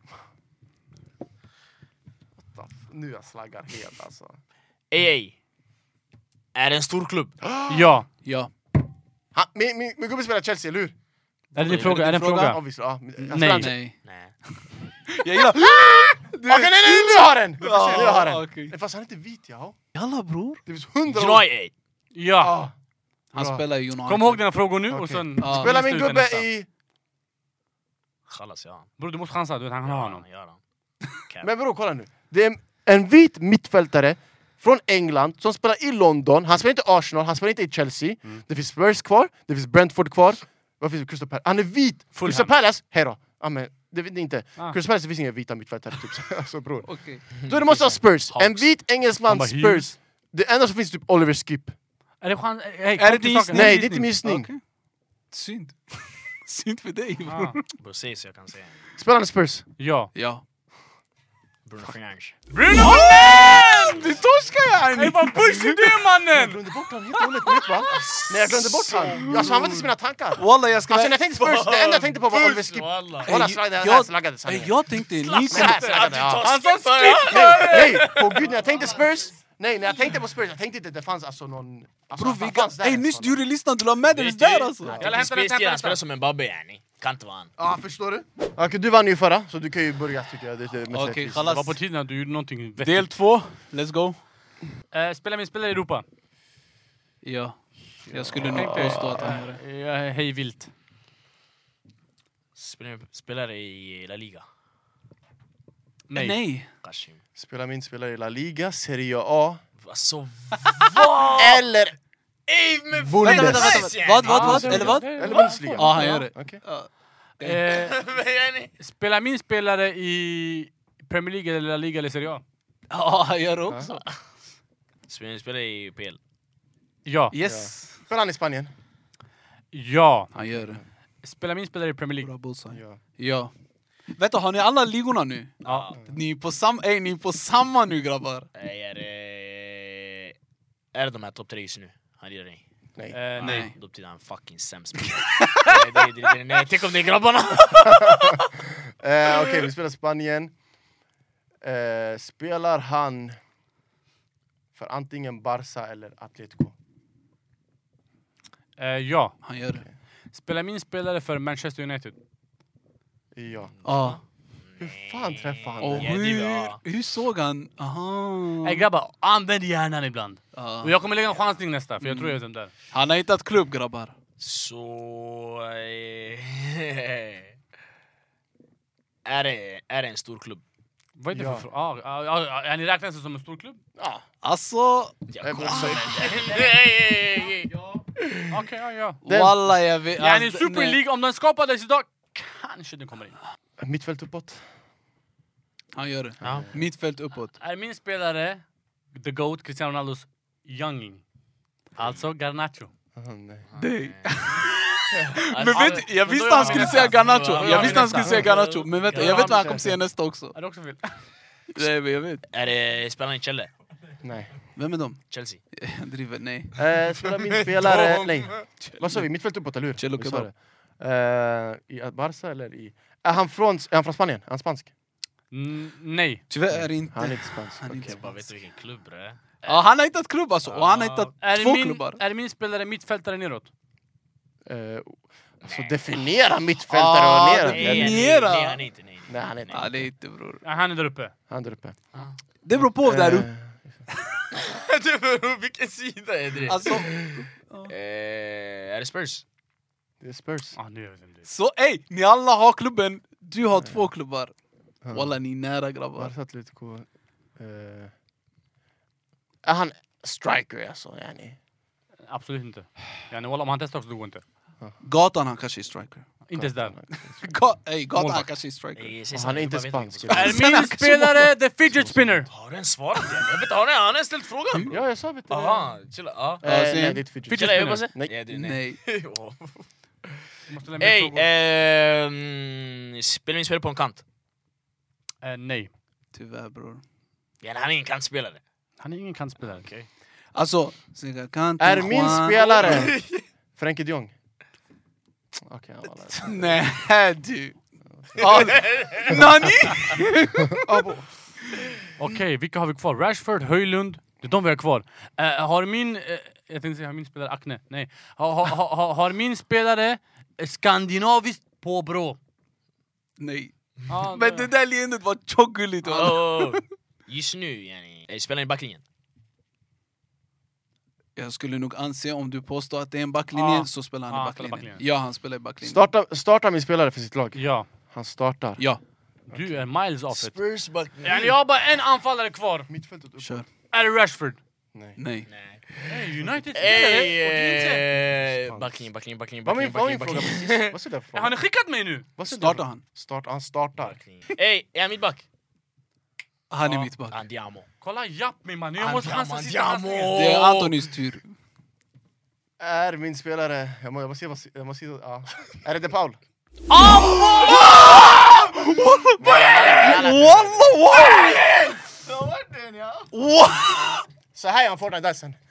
Nu jag slaggar helt alltså.
Ey. Är det en stor klubb?
Ja.
Ja.
Min gubbe spelar Chelsea, eller hur?
Är det din fråga? Är det en
fråga?
fråga?
Obviously, ja.
Nej.
Nej.
Nej.
Jag gillar...
Okej, nej, nu har den! Nu har den.
okej.
Nej, fast han är inte vit, ja.
Jalla bror.
Det finns 100 år.
Joy ey.
Ja.
Han
Bra.
spelar i United.
Kom ihåg dina frågor nu och
Okej.
sen...
Ja.
Spelar min
lista ut
gubbe
nästa.
i...
Khalas ja.
Bror du måste chansa, du vet han har honom.
Gör han.
Men bror, kolla nu. Det är en vit mittfältare från England som spelar i London. Han spelar inte i Arsenal, han spelar inte i Chelsea. Det finns Spurs kvar, det finns Brentford kvar. Vad finns det? Crystal Palace. Han är vit!
Fulham.
Crystal Palace, hej då. Ja, men det vet ni inte. Chris Palace, det finns inga vita mittfältare typ. Alltså bror.
Okej.
Då det måste ha Spurs. En vit engelsman
bara,
Spurs. Det enda som finns typ Oliver Skip.
Är det chans...
Är det din gissning?
Nej, det är inte min gissning.
Okej. Synd. Synd för dig, bror.
Bör se så jag kan säga.
Spelar han Spurs?
Ja.
Ja.
Bruno Fernandes.
Du torskar jag!
Ey, vad pushar du, mannen?
Jag glömde bort han helt och hållet, vet va? Nej, jag glömde bort han. Alltså han var inte mina tankar.
Walla, jag ska...
Alltså när jag tänkte Spurs, det enda jag tänkte på var Oliver Skip. Walla, slaggade sanningen.
Jag tänkte ni
Slaggade, ja.
Han sa skip!
Nej, på gud när jag tänkte Spurs. Nej, när jag tänkte på Spurs, jag tänkte inte det fanns alltså någon... Alltså,
Bror,
han fanns där,
nyss
sådana.
du gjorde listan, du la Madders där alltså.
Han spelar som en babbe yani. Kan inte vara han.
Ja, förstår du? Okej, du vann ju förra, så du kan ju börja tycker jag. Det är mest
Okej,
rättvist.
Det var
chalas.
på tiden att du gjorde någonting vettigt.
Del 2, let's go.
Spelar min spelare i Europa?
Ja. Jag skulle nog påstå att han gör det.
Jag är hej vilt.
Spelar i La Liga.
Nej.
Kashim.
Spelar min spelare i La Liga, Serie A.
Alltså
Eller...
ej men
Vänta. Vad? Eller vad?
Eller Bundesliga.
Ja, han gör det.
Okej.
Spelar min spelare i Premier League eller La Liga eller Serie A?
Ja, han gör det också.
Spelar i PL.
Ja.
Yes.
Spelar han i Spanien?
Ja.
Han gör det.
Spelar min spelare i Premier League?
Bra bullseye.
Ja.
Ja. Vet du, har ni alla ligorna nu?
Ja.
Ni är på samma nu, grabbar.
Är det de här topp 3 just nu? Han lirar dig.
Nej.
Nej.
Då betyder han fucking sämst. Nej, tänk om det är grabbarna.
Okej, vi spelar Spanien. Spelar han för antingen Barca eller Atletico?
Ja.
Han gör det.
Spelar min spelare för Manchester United?
Ja.
Ja.
Hur fan träffar han
Och
den?
Ja, det är bra.
hur såg han? Aha.
Ey grabbar, använd hjärnan ibland.
Ja.
Och jag kommer lägga en chansning nästa, för jag tror jag vet den där.
Han har hittat klubb, grabbar.
Så... är det en stor klubb?
Vad är det
Ja.
för fråga? Är ni räknar det som en stor klubb?
Ja.
Alltså,
Jag kommer
Okej, ja.
walla jag vet.
Ja, ni
Alltså,
Super
nej.
League, om den skapades idag, kanske den kommer in.
Mittfält uppåt.
Han gör det.
Ja.
Mittfält uppåt.
Är min spelare the GOAT, Cristiano Ronaldos younging? Alltså Garnacho.
Nej.
Men vet jag visste han skulle säga Garnacho. Jag visste han skulle säga Garnacho. Men vänta, jag vet vad han kommer säga nästa också.
Är det också fel?
Nej, men jag vet.
Är det spelaren i Chelsea?
Nej.
Vem är de?
Chelsea.
Jag driver, nej.
Spelar min spelare... Nej. Vad sa vi? Mittfält uppåt, eller hur?
Cello
Vi sa
kebab.
det. I Barca eller i... Är han från Spanien? Är han spansk?
Nej.
Tyvärr är det inte.
Han är inte spansk.
Han är inte
Jag bara
spansk.
vet vilken klubb det är.
Ja, han har hittat klubb alltså. Och han har hittat två klubbar.
Är min spelare mittfältare neråt?
Så definiera mittfältare och neråt.
Definiera.
Nej, han är inte. Nej.
Nej, han är inte.
Ja, det är inte, bror.
Ja, han är där uppe.
Han är där uppe.
Det beror på där uppe.
Vilken sida är det?
Alltså,
Är det Spurs?
Det är Spurs.
Nu vet jag inte.
så ey, ni alla har klubben. Du har två klubbar. Walla, ni är nära, grabbar.
Barca, Atletico. Är han striker alltså? Yani?
Absolut inte. Yani, om han testar också, det går inte.
Gatan han kanske är striker.
Inte ens där.
Gatan han
Målvakt.
kanske är striker.
Han är inte spansk.
Är min spelare the fidget spinner?
Har den svarat? Jag vet, har den ställt frågan?
Ja, jag sa vet du.
Aha, chilla. Ja.
Nej, det är inte fidget.
Fidget
Chilla, jag
spinner.
bara
Nej.
Nej.
Du måste lämna frågor.
Spelar min spelare på en kant?
Nej.
Tyvärr, bror.
Ja, han är ingen kantspelare.
Han är ingen kantspelare.
Okej.
Alltså,
Är min spelare Frenkie de Jong? Okej, han var där.
Nej, du. Nani?
Okej, vilka har vi kvar? Rashford, Höjlund. Det är de vi har kvar. Har min... jag tänkte säga, har min spelare Akne? Nej. Har min spelare skandinaviskt påbrå?
Nej.
Ja,
Men det där leendet var tjoggulligt.
Just nu, yani. Spelar i backlinjen?
Jag skulle nog anse, om du påstår att det är en backlinje,
Ja.
så spelar han
Ja,
i
han spelar
backlinjen.
backlinjen.
Ja, han spelar i backlinjen.
Startar min spelare för sitt lag?
Ja.
Han startar.
Ja,
Du är miles off it.
Spurs backlinjen.
Yani, jag har bara en anfallare kvar.
Mittfältet uppåt.
kör.
Är det Rashford?
Nej.
Nej.
Nej.
United spelare.
Backlinjen.
Vad min fråga precis? Vad säger du?
Har ni skickat mig nu?
Startar han?
Han startar.
Ey, är han mittback?
Han är mittback.
Andiamo.
Kolla japp mig man, jag måste chansa sista passningen.
Det är Antonis tur.
Är min spelare... Jag måste se... Ja. Är det De Paul? Så här är han Fortnite där sen.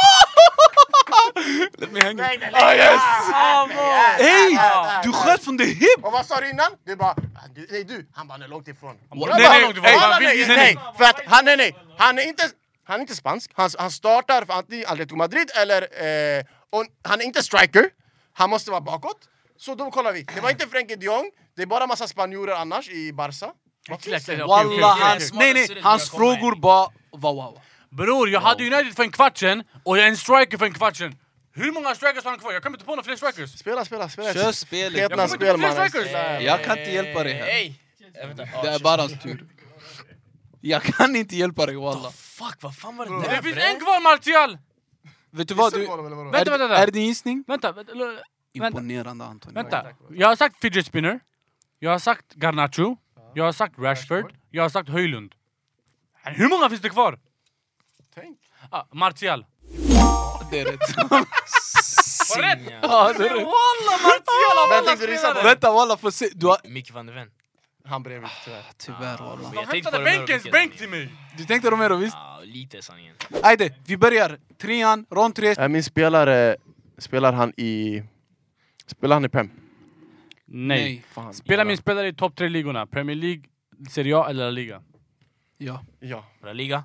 Let me hang it.
Yes!
Hey! Du sköt från the hip!
Och vad sa du innan? Du bara... Nej du, han bara är långt ifrån. Nej, för att han är inte spansk. Han startar för antingen Atletico Madrid eller... och han är inte striker. Han måste vara bakåt. Så då kollar vi. Det var inte Frenkie de Jong. Det är bara massa spanjorer annars i Barca.
Wallah, hans frågor bara... Wow.
Bror, jag hade United för en kvart sen och jag är en striker för en kvart sen. Hur många strikers har han kvar? Jag kommer inte på några fler strikers.
Spela.
Kör spelet.
Sketna spel, mannen.
Jag kan inte hjälpa dig här.
Ey!
Det är bara hans tur. Jag kan inte hjälpa dig, wallah.
Fuck, vad fan var det där?
Det finns en kvar, Martial!
Vet du vad?
Vänta.
Är det din gissning?
Vänta.
Imponerande, Anton.
Vänta. Jag har sagt fidget spinner. Jag har sagt Garnacho. Jag har sagt Rashford. Jag har sagt Höjlund. Hur många finns det kvar?
Tänk.
Martial.
Det är rätt.
Var rätt?
Ja, det är rätt.
Wallah, Martial av alla spelare!
Vänta, wallah, får se. Du har...
Micke van de Ven.
Han bredvid, tyvärr.
Tyvärr, wallah.
Han hämtade bänkens bänk till mig.
Du tänkte Romero, visst?
Ja, lite sanningen.
Ajde, vi börjar. Trean, rond 3.
Min spelare... Spelar han i Prem?
Nej.
Fan.
Spelar min spelare i topp 3-ligorna? Premier League, Serie A eller La Liga?
Ja.
La Liga?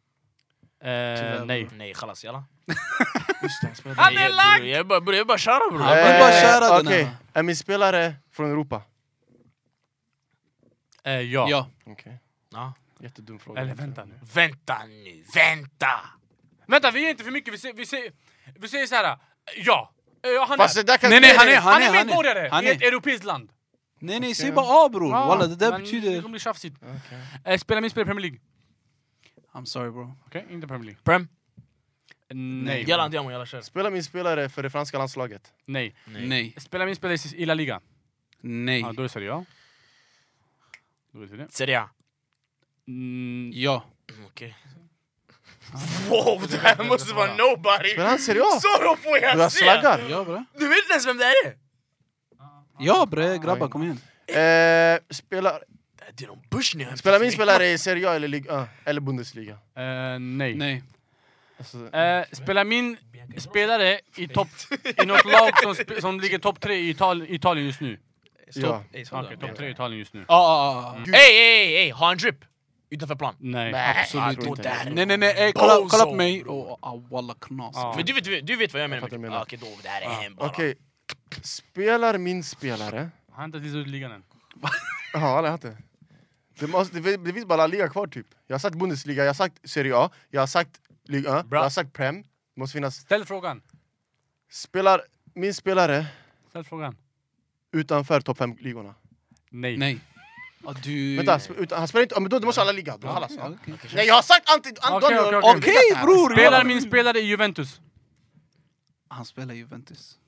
Nej.
Nej, khalas, jalla.
Just det, han spelar.
Han är lagd!
Jag bara köra, bror.
Han vill bara köra den
Okej,
här.
är min spelare från Europa?
Ja.
Ja.
Okej.
Ja.
Jättedum fråga.
Eller vänta nu.
Vänta!
Vi är inte för mycket. Vi säger så här. Ja. Han
Fast det där kan...
Nej,
han är medborgare
han
i
är.
ett europeiskt land.
Nej, säg bara A, bror. Wallah, det där
men
betyder...
det kommer bli tjafsigt. Spelar min spelare i Premier League?
I'm sorry, bro.
Okej, inte Premier League.
Prem?
Nej.
Jalla, Andiamo, jalla, kör.
Spelar min spelare för det franska landslaget?
Nej.
Nej.
Spelar min spelare i La Liga?
Nej.
Ja, då är det Serie A. Då vet vi det.
Serie A?
Ja.
Okej. Wow, det här måste vara nobody!
Spelar han Serie A?
Så då får
Du
jag
har
se!
slaggar?
Ja, bre.
Du vet inte ens vem det är?
Ja, bre. Grabbar, kom igen.
Spelar
Det är någon bush ni har
Spelar min spelare i Serie A eller Liga A? Eller Bundesliga?
Nej.
Nej.
Alltså,
Spelar min spelare i något lag som ligger topp 3 i Italien just nu?
ja.
Okej, topp 3 i Italien just nu.
Ey! Har han drip? Utanför plan?
Nej.
Absolut
då
inte.
där.
Nej. Kolla på mig. Wallah, knas.
Ja.
Men du vet vad jag menar.
Jag fattar vad du menar.
Okej, då det här är hem bara.
Okej. Spelar min spelare...
Han har inte listat ut ligan än.
Ja, det har inte. Det finns bara La Liga kvar typ. Jag har sagt Bundesliga, jag har sagt Serie A, jag har sagt Liga A, jag har sagt Prem. Det måste finnas...
Ställ frågan.
Spelar min spelare
Ställ frågan.
utanför topp 5-ligorna?
Nej. Du...
Vänta, han spelar inte... Men då måste alla ligga. Då hallas.
Okej.
Nej, jag har sagt Antonio!
Okej, bror!
Spelar min spelare i Juventus?
Han spelar i Juventus.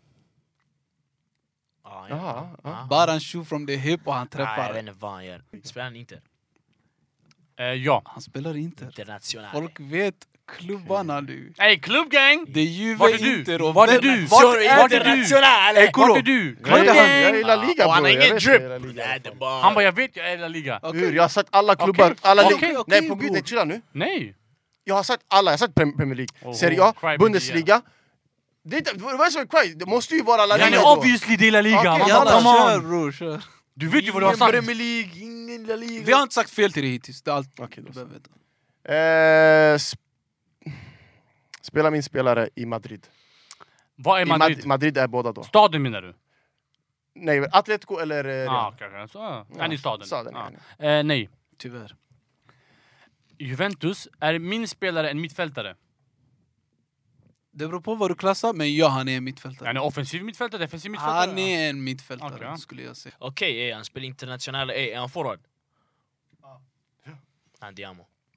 Jaha.
Bara en shoe from the hip och han
Nej, jag vet
träffar.
inte vad han gör. Spelar han inte?
Ja.
Han spelar inte.
International.
Folk vet klubbarna nu.
Ey, klubbgang!
Det är Juve,
Vart är du?
Inter och...
Vart är du?
Vart
Vart är du?
International!
Vart är du?
Jag är i La Liga,
Och han har
bror. Jag
ingen
vet jag är i La
drip!
Liga.
Nej, det är bara...
Han bara, jag vet, jag är i La Liga.
Hur? Jag har sagt alla klubbar, alla
Okej,
ligor.
okej,
Nej, på gud, nej, chilla nu.
Nej.
Jag har sagt alla, jag har sagt Premier League, Serie
cry
A,
baby,
Bundesliga. Det är inte, vad är det som är cry? Det måste ju vara La
Han
Liga
är
då.
obviously det är La Liga.
Okej,
Man
Jalla,
bara, come
kör
on.
bror, kör.
Du vet ju vad du har
Ingen
sagt.
Premier League, ingen La Liga.
Vi har inte sagt fel till dig hittills. Det är allt
Okej,
du
då.
behöver veta.
Spelar min spelare i Madrid?
Vad är Madrid?
Madrid är båda då.
Staden menar du?
Nej, Atletico eller Real?
Okej. Så är ni staden?
Staden,
Nej.
Tyvärr.
Juventus, är min spelare en mittfältare?
Det beror på vad du klassar, men ja, han är en mittfältare.
Han är offensiv mittfältare, defensiv mittfältare?
Han är en mittfältare,
Okej.
skulle jag säga.
Okej, han spelar internationell. Är han forward? Andiamo.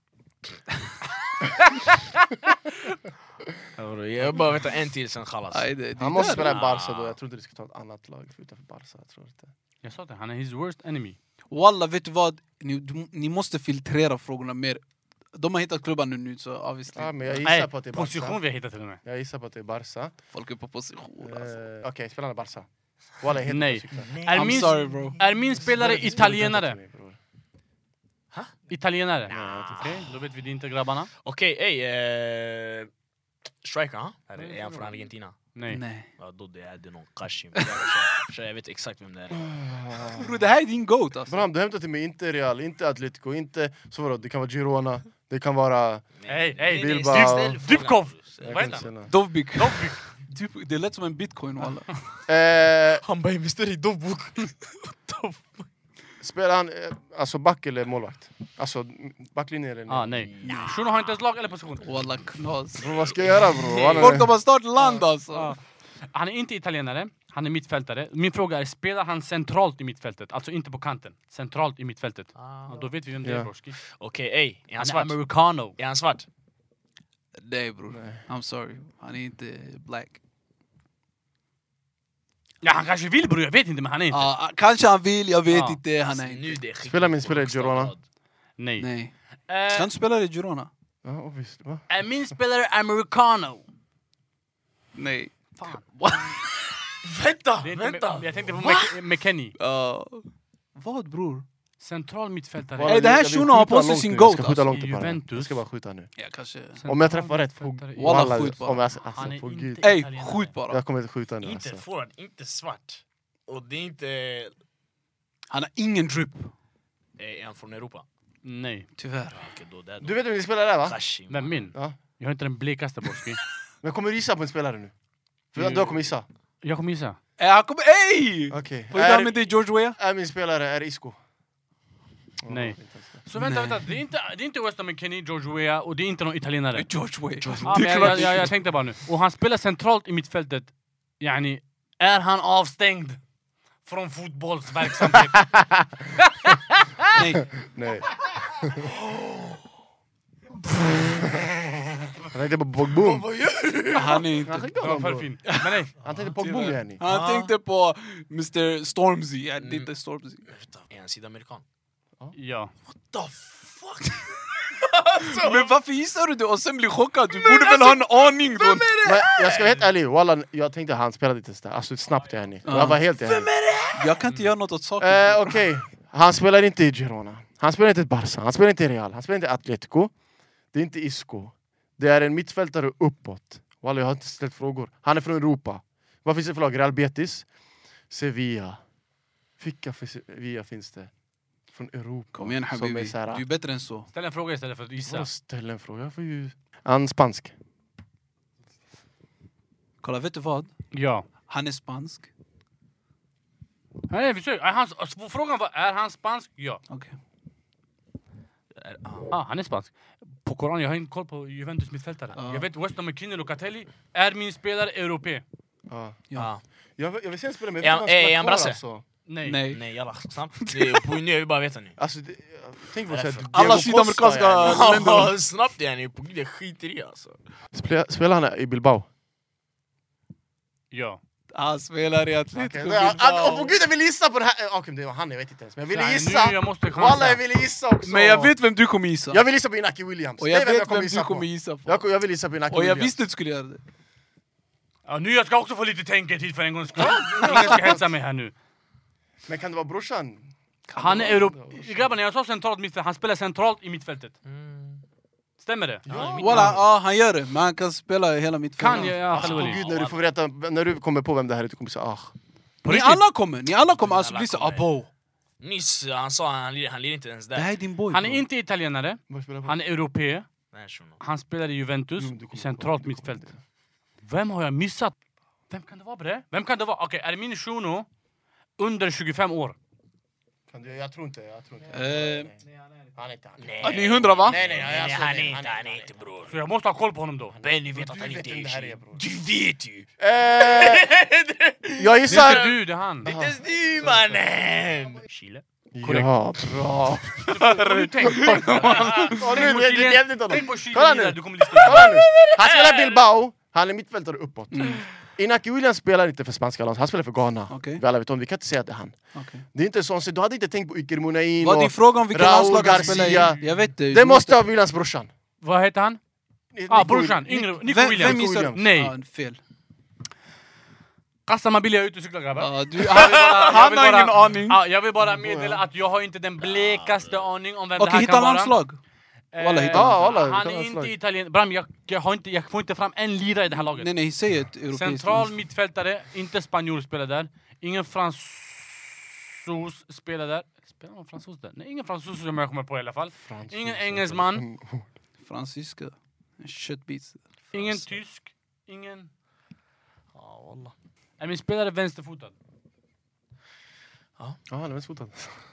Jag bara vet en till sen khalas.
Han måste spela i Barca då. Jag tror inte du ska ta ett annat lag utanför Barca. Jag tror inte.
Jag sa det, han är his worst enemy.
Wallah, vet du vad? Ni måste filtrera frågorna mer. De har hittat klubban nu så obviously.
Ja, men jag gissar på att det är Barca.
Position vi har hittat till och med.
Jag gissar på att det är Barca.
Folk är på position alltså.
Okej, spelar han Barca? Wallah, helt
Nej.
I'm sorry bro.
Är min spelare italienare?
Ha?
Italienare? Okej, då vet vi det inte grabbarna.
Okej, striker, ha? Är han från Argentina?
Nej.
Ja, då det är någon Kashim. Jag vet exakt vem det är.
Bro, det här är din goat alltså.
Bram, du hämtar till mig inte Real, inte Atletico, inte så vadå, det kan vara Girona, det kan vara
Hej,
Bilbao.
Dybkov!
Jag
Vad
kan
heter han?
säga.
Dovbik. Det lät som en bitcoin wallah.
Han bara investerar i Dovbuk.
Spelar han alltså back eller målvakt? Alltså backlinje eller
Nej. Shuno har inte ens lag eller position.
Wallah knas.
Bro, vad ska jag göra bro?
Folk har bara startat land alltså.
Han är inte italienare, han är mittfältare. Min fråga är, spelar han centralt i mittfältet? Alltså inte på kanten, centralt i mittfältet. Då vet vi vem det är, brorski.
Okej, är han
Han är
svart?
americano.
Är han svart?
Nej bror, I'm sorry. Han är inte black.
Ja, han kanske vill bror, jag vet inte, men han är inte.
Kanske han vill, jag vet inte. Han är
Nu
inte.
det är
Spelar min spelare i Girona?
Nej.
Nej. Kan du spela i Girona?
Ja, obviously, va?
Är min spelare americano?
Nej.
Fan.
Vänta,
Det är inte
vänta!
Jag tänkte på McKennie.
Vad bror?
Central mittfältare.
Walla,
det här
jag vill
shunon har
skjuta
på sig
långt
sin
nu.
goat,
Jag ska skjuta
alltså.
långt upp
I
på den.
Juventus.
Jag ska bara skjuta nu.
Ja, kanske.
Om jag träffar rätt,
Walla, skjut bara.
om jag,
Han
alltså,
är
på
inte
gud.
Ey,
italienare.
skjut bara.
Jag kommer inte skjuta nu
Inte
alltså.
forward, inte svart. Och det är inte...
Han har ingen drip.
Är han från Europa?
Nej.
Tyvärr.
Okej, då det är
Du vet vem ni spelar där va?
Kashim.
Vem min?
Ja.
Jag har inte den blekaste borski.
Men jag kommer gissa på en spelare nu. För du kommer gissa.
Jag kommer gissa.
Han kommer... Ey!
Okej.
Får jag med dig George Weah?
Är min spelare är Isco?
Nej. Så vänta, det är inte Weston McKennie, George Weah och det är inte någon italienare.
George Weah.
Ja, men jag tänkte bara nu. Och han spelar centralt i mittfältet. Yani, är han avstängd från fotbollsverksamhet?
Nej.
Nej. Han tänkte på Pogboom.
Han är inte...
Det var för fint. Men nej.
Han tänkte på Pogboom yani.
Han tänkte på Mr. Stormzy. Ja, det är inte Stormzy.
Är han sydamerikan?
Ja.
The fuck?
Men varför gissar du det och sen blir chockad? Du borde väl ha en aning då?
Men jag ska vara helt ärlig, wallah, jag tänkte han spelade inte sådär. Alltså snabbt yani. Jag var helt ärlig.
Jag kan inte göra något åt saken.
Okej, han spelar inte i Girona. Han spelar inte i Barca. Han spelar inte i Real. Han spelar inte i Atletico. Det är inte Isco. Det är en mittfältare uppåt. Wallah, jag har inte ställt frågor. Han är från Europa. Vad finns det för lag? Real Betis? Sevilla. Vilka för Sevilla finns det? Från Europa.
Kom igen
som
habibi.
är så här-
Du är bättre än så.
Ställ en fråga istället för att gissa.
Vadå ställ en fråga? Jag får ju... Han spansk.
Kolla, vet du vad?
Ja.
Han är spansk.
Nej, försök. Frågan var, är han spansk? Ja.
Okej.
Han är spansk. På Koran, jag har inte koll på Juventus mittfältare. Jag vet Weston McKennie, Locatelli är min spelare europé.
Ja. Jag vill se en spelare med...
Är han brasse?
Alltså.
Nej.
Nej, jalla. Snabbt. Det är på nu, jag vill bara veta nu.
Alltså, tänk på såhär...
Alla sydamerikanska länder.
Ja, snabbt yani. På gud, jag skiter i alltså.
Spelar han i Bilbao?
Ja.
Han spelar i Atletico.
Åh gud, jag vill gissa på det här! Okej, det var han, jag vet inte ens. Men jag ville gissa!
Nu jag måste chansa.
Walla, jag ville gissa också!
Men jag vet vem du kommer gissa.
Jag vill gissa på Inaki Williams.
Och
Det är
jag vet
kommer
vem
gissa
du kommer
på.
gissa på.
Jag vill gissa på Inaki
Och jag
Williams.
visste att du skulle göra det.
Ja, nu jag ska också få lite tänketid för en gångs skull. Ingen ska hetsa mig här nu.
Men kan det vara brorsan?
Han är grabbar, när jag sa centralt mittfält, han spelar centralt i mittfältet. Stämmer det?
Walla, ja han gör det. Men han kan spela hela mitt
Kan jag? Ja,
Alltså, på gud, när du får veta, när du kommer på vem det här är, du kommer säga
Ni alla kommer alltså bli så abo.
Nyss, han sa han lirar inte ens
Det
där.
här är din boy.
Han är inte italienare, han är europé.
Nej, shuno.
Han spelar i Juventus, i centralt mittfält. Vem har jag missat? Vem kan det vara bre? Vem kan det vara? Okej, är min shuno under 25 år?
Jag tror inte. Han är inte han.
Ni är 100 va?
Nej,
Han är inte bror.
Så jag måste ha koll på honom då.
Benny vet att han inte
vem det här är,
är
bror.
Du vet ju!
Jag
Det är
gissar...
inte du, det är han.
Det är du mannen! Chile?
Ja, bra.
Tänk på
Kolla nu.
du kommer lista.
Kolla nu. Han spelar Bilbao. Han är mittfältare uppåt. Inaki Williams spelar inte för spanska lands. Han spelar för Ghana.
Okej.
Vi alla vet om, vi kan inte säga att det är han.
Okej.
Det är inte sån, så du hade inte tänkt på Iker Munain
Vad är din
och
fråga om vilka
Raúl
landslag han spelar
Garcia.
i? Jag vet det.
Det måste vara Williams brorsan.
Vad heter han? Brorsan. Nico
Vem
Williams.
gissar du?
Nej.
Ja, fel.
Kasta man billiga ut och cykla grabbar.
Ja, du,
Han
har ingen aning.
Ja, jag vill bara meddela att jag har inte den blekaste aning om vem det
Okej,
här
hitta
kan vara.
landslag. Walla, hitta
Han är inte italien. Bram, jag får inte fram en lirare i det här laget.
Nej, säg ett europeiskt.
Central mittfältare, inte spanjor spelar där. Ingen fransos spelar där. Spelar någon fransos där? Nej, ingen fransos som jag kommer på i alla fall. Ingen engelsman.
Fransyska. Köttbits.
Ingen tysk. Ingen... Ja, wallah. Är min spelare vänsterfotad?
Ja, han är vänsterfotad.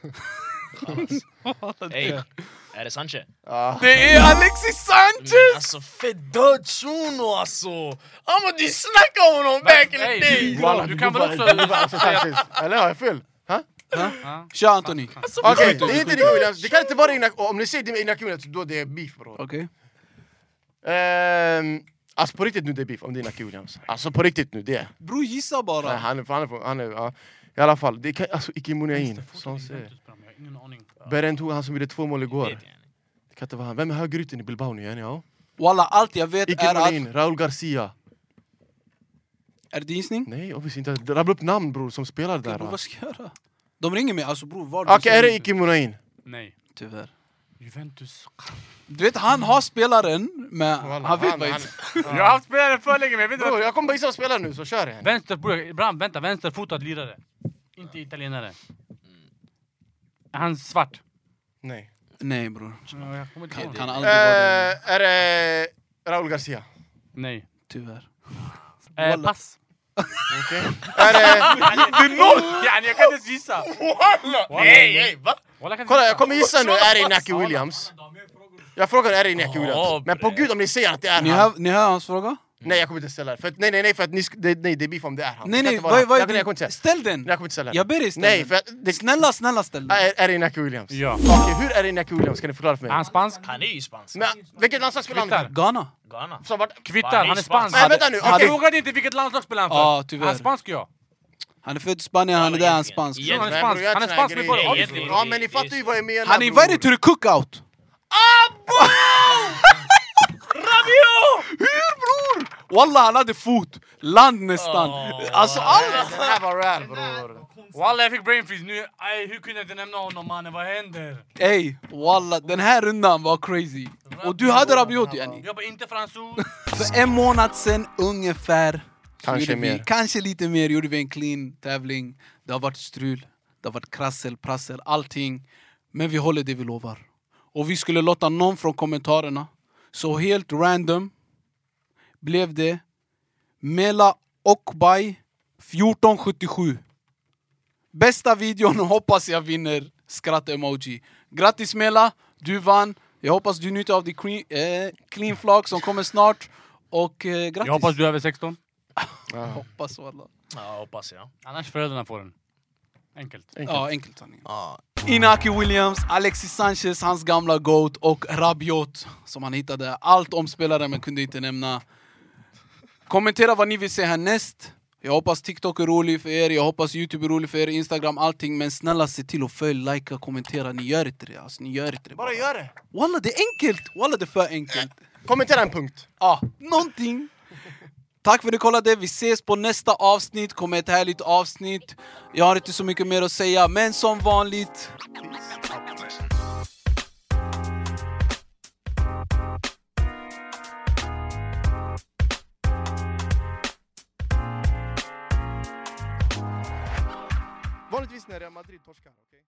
Ey, är det Sanchez?
Det är Alexis Sanchez!
Men alltså, fett död shuno alltså! Amma, du snackar om honom back in the day!
Du kan väl också...
Eller har jag fel?
Tja Anthony.
Okej, det är inte Nico Williams. Det kan inte vara Inaki. Om ni säger Inaki Williams, då det är beef, bro.
Okej.
Alltså på riktigt nu det är beef om det är Inaki Williams. Alltså på riktigt nu, det är.
Bro, gissa bara.
Nej, han är ja. I alla fall, det kan, alltså Iker Munain. Som säger.
Ingen aning.
Berentu, han som gjorde 2 mål igår. Det kan inte vara han. Vem är högerytten i Bilbao nu igen? Ja.
Walla, allt jag vet
Iker
är att...
Munain, Raúl Garcia.
Är det gissning?
Nej, obviously inte. Rabbla upp namn, bror, som spelar där.
Bro, vad ska jag göra? De ringer mig, alltså bror, var
Okej, är det Iker Munain?
Nej.
Tyvärr.
Juventus.
Du vet, han har spelaren, men han vet vad inte.
Jag har haft spelare för länge, men jag vet inte.
Bro, jag kommer bara gissa vad spelar nu, så kör det.
Vänsterfotad lirare. Inte italienare. Är han svart?
Nej.
Nej bror.
Jag kommer inte ihåg.
Kan aldrig vara det.
Är det Raúl Garcia?
Nej.
Tyvärr.
Pass.
Okej. Är det...
Jag kan inte gissa.
Nej, va?
Kolla, jag kommer gissa nu, är det Inaki Williams? Jag frågar, är det Inaki Williams? Men på gud om ni säger att det är han.
Ni hör hans fråga?
Nej, jag kommer inte ställa det. För, nej, för att det är beef om det är han.
Nej,
Det kan
nej,
inte vara han.
vad
jag
är
kommer inte
det?
säga.
Ställ den!
Jag kommer inte ställa det.
Jag ber dig ställa
Nej,
den.
för att det...
Snälla ställ den.
Är det Inaki Williams?
Ja.
Okej, hur är det Inaki Williams? Kan ni förklara för
Är han
mig?
spansk?
Han är ju spansk.
Men vilket landslag spelar han för?
Ghana?
Ghana.
Så vart...
Kvittar, han är spansk.
Nej, vänta nu.
Jag
Okej.
frågade inte vilket landslag spelar han för.
Ja, tyvärr.
Han är spansk, ja.
Han är född i Spanien, han är där, han är spansk.
Igen.
Han är
Men
spansk.
bror, jag
Han är
sån här
spansk
grejer.
medborgare.
Egentligen.
Ja, men ni fattar ju vad jag menar.
Han är invited to the cookout! Hur bror? Wallah, han hade fot, land nästan. Alltså allt!
Det här var rad, bror.
Wallah, jag fick brain freeze nu. Aj, hur kunde jag inte nämna honom, mannen? Vad händer?
Ey, wallah, den här rundan var crazy. Och du hade Rabiot yani.
Jag var inte fransos.
För en månad sen ungefär,
Kanske
gjorde vi,
mer.
kanske lite mer, gjorde vi en clean tävling. Det har varit strul, det har varit krassel, prassel, allting. Men vi håller det vi lovar. Och vi skulle låta någon från kommentarerna. Så helt random blev det Mela Okbay 1477. Bästa videon, hoppas jag vinner skratt-emoji. Grattis Mela, du vann. Jag hoppas du njuter av the clean vlog som kommer snart. Och grattis.
Jag hoppas du är över 16.
Hoppas wallah.
Ja, hoppas jag.
Annars föräldrarna får den. Enkelt.
Ja, enkelt sanning.
Ja.
Inaki Williams, Alexis Sanchez, hans gamla GOAT och Rabiot som han hittade. Allt om spelare men kunde inte nämna. Kommentera vad ni vill se härnäst. Jag hoppas TikTok är rolig för er, jag hoppas YouTube är rolig för er, Instagram, allting. Men snälla se till att följa, likea, kommentera. Ni gör inte det, alltså, ni gör inte det.
Bara gör det.
Wallah, det är enkelt! Wallah, det är för enkelt.
Kommentera en punkt.
Ja, någonting. Tack för att ni kollade, vi ses på nästa avsnitt. Kommer ett härligt avsnitt. Jag har inte så mycket mer att säga, men som vanligt,
Vanligtvis när Real Madrid torskar, okej?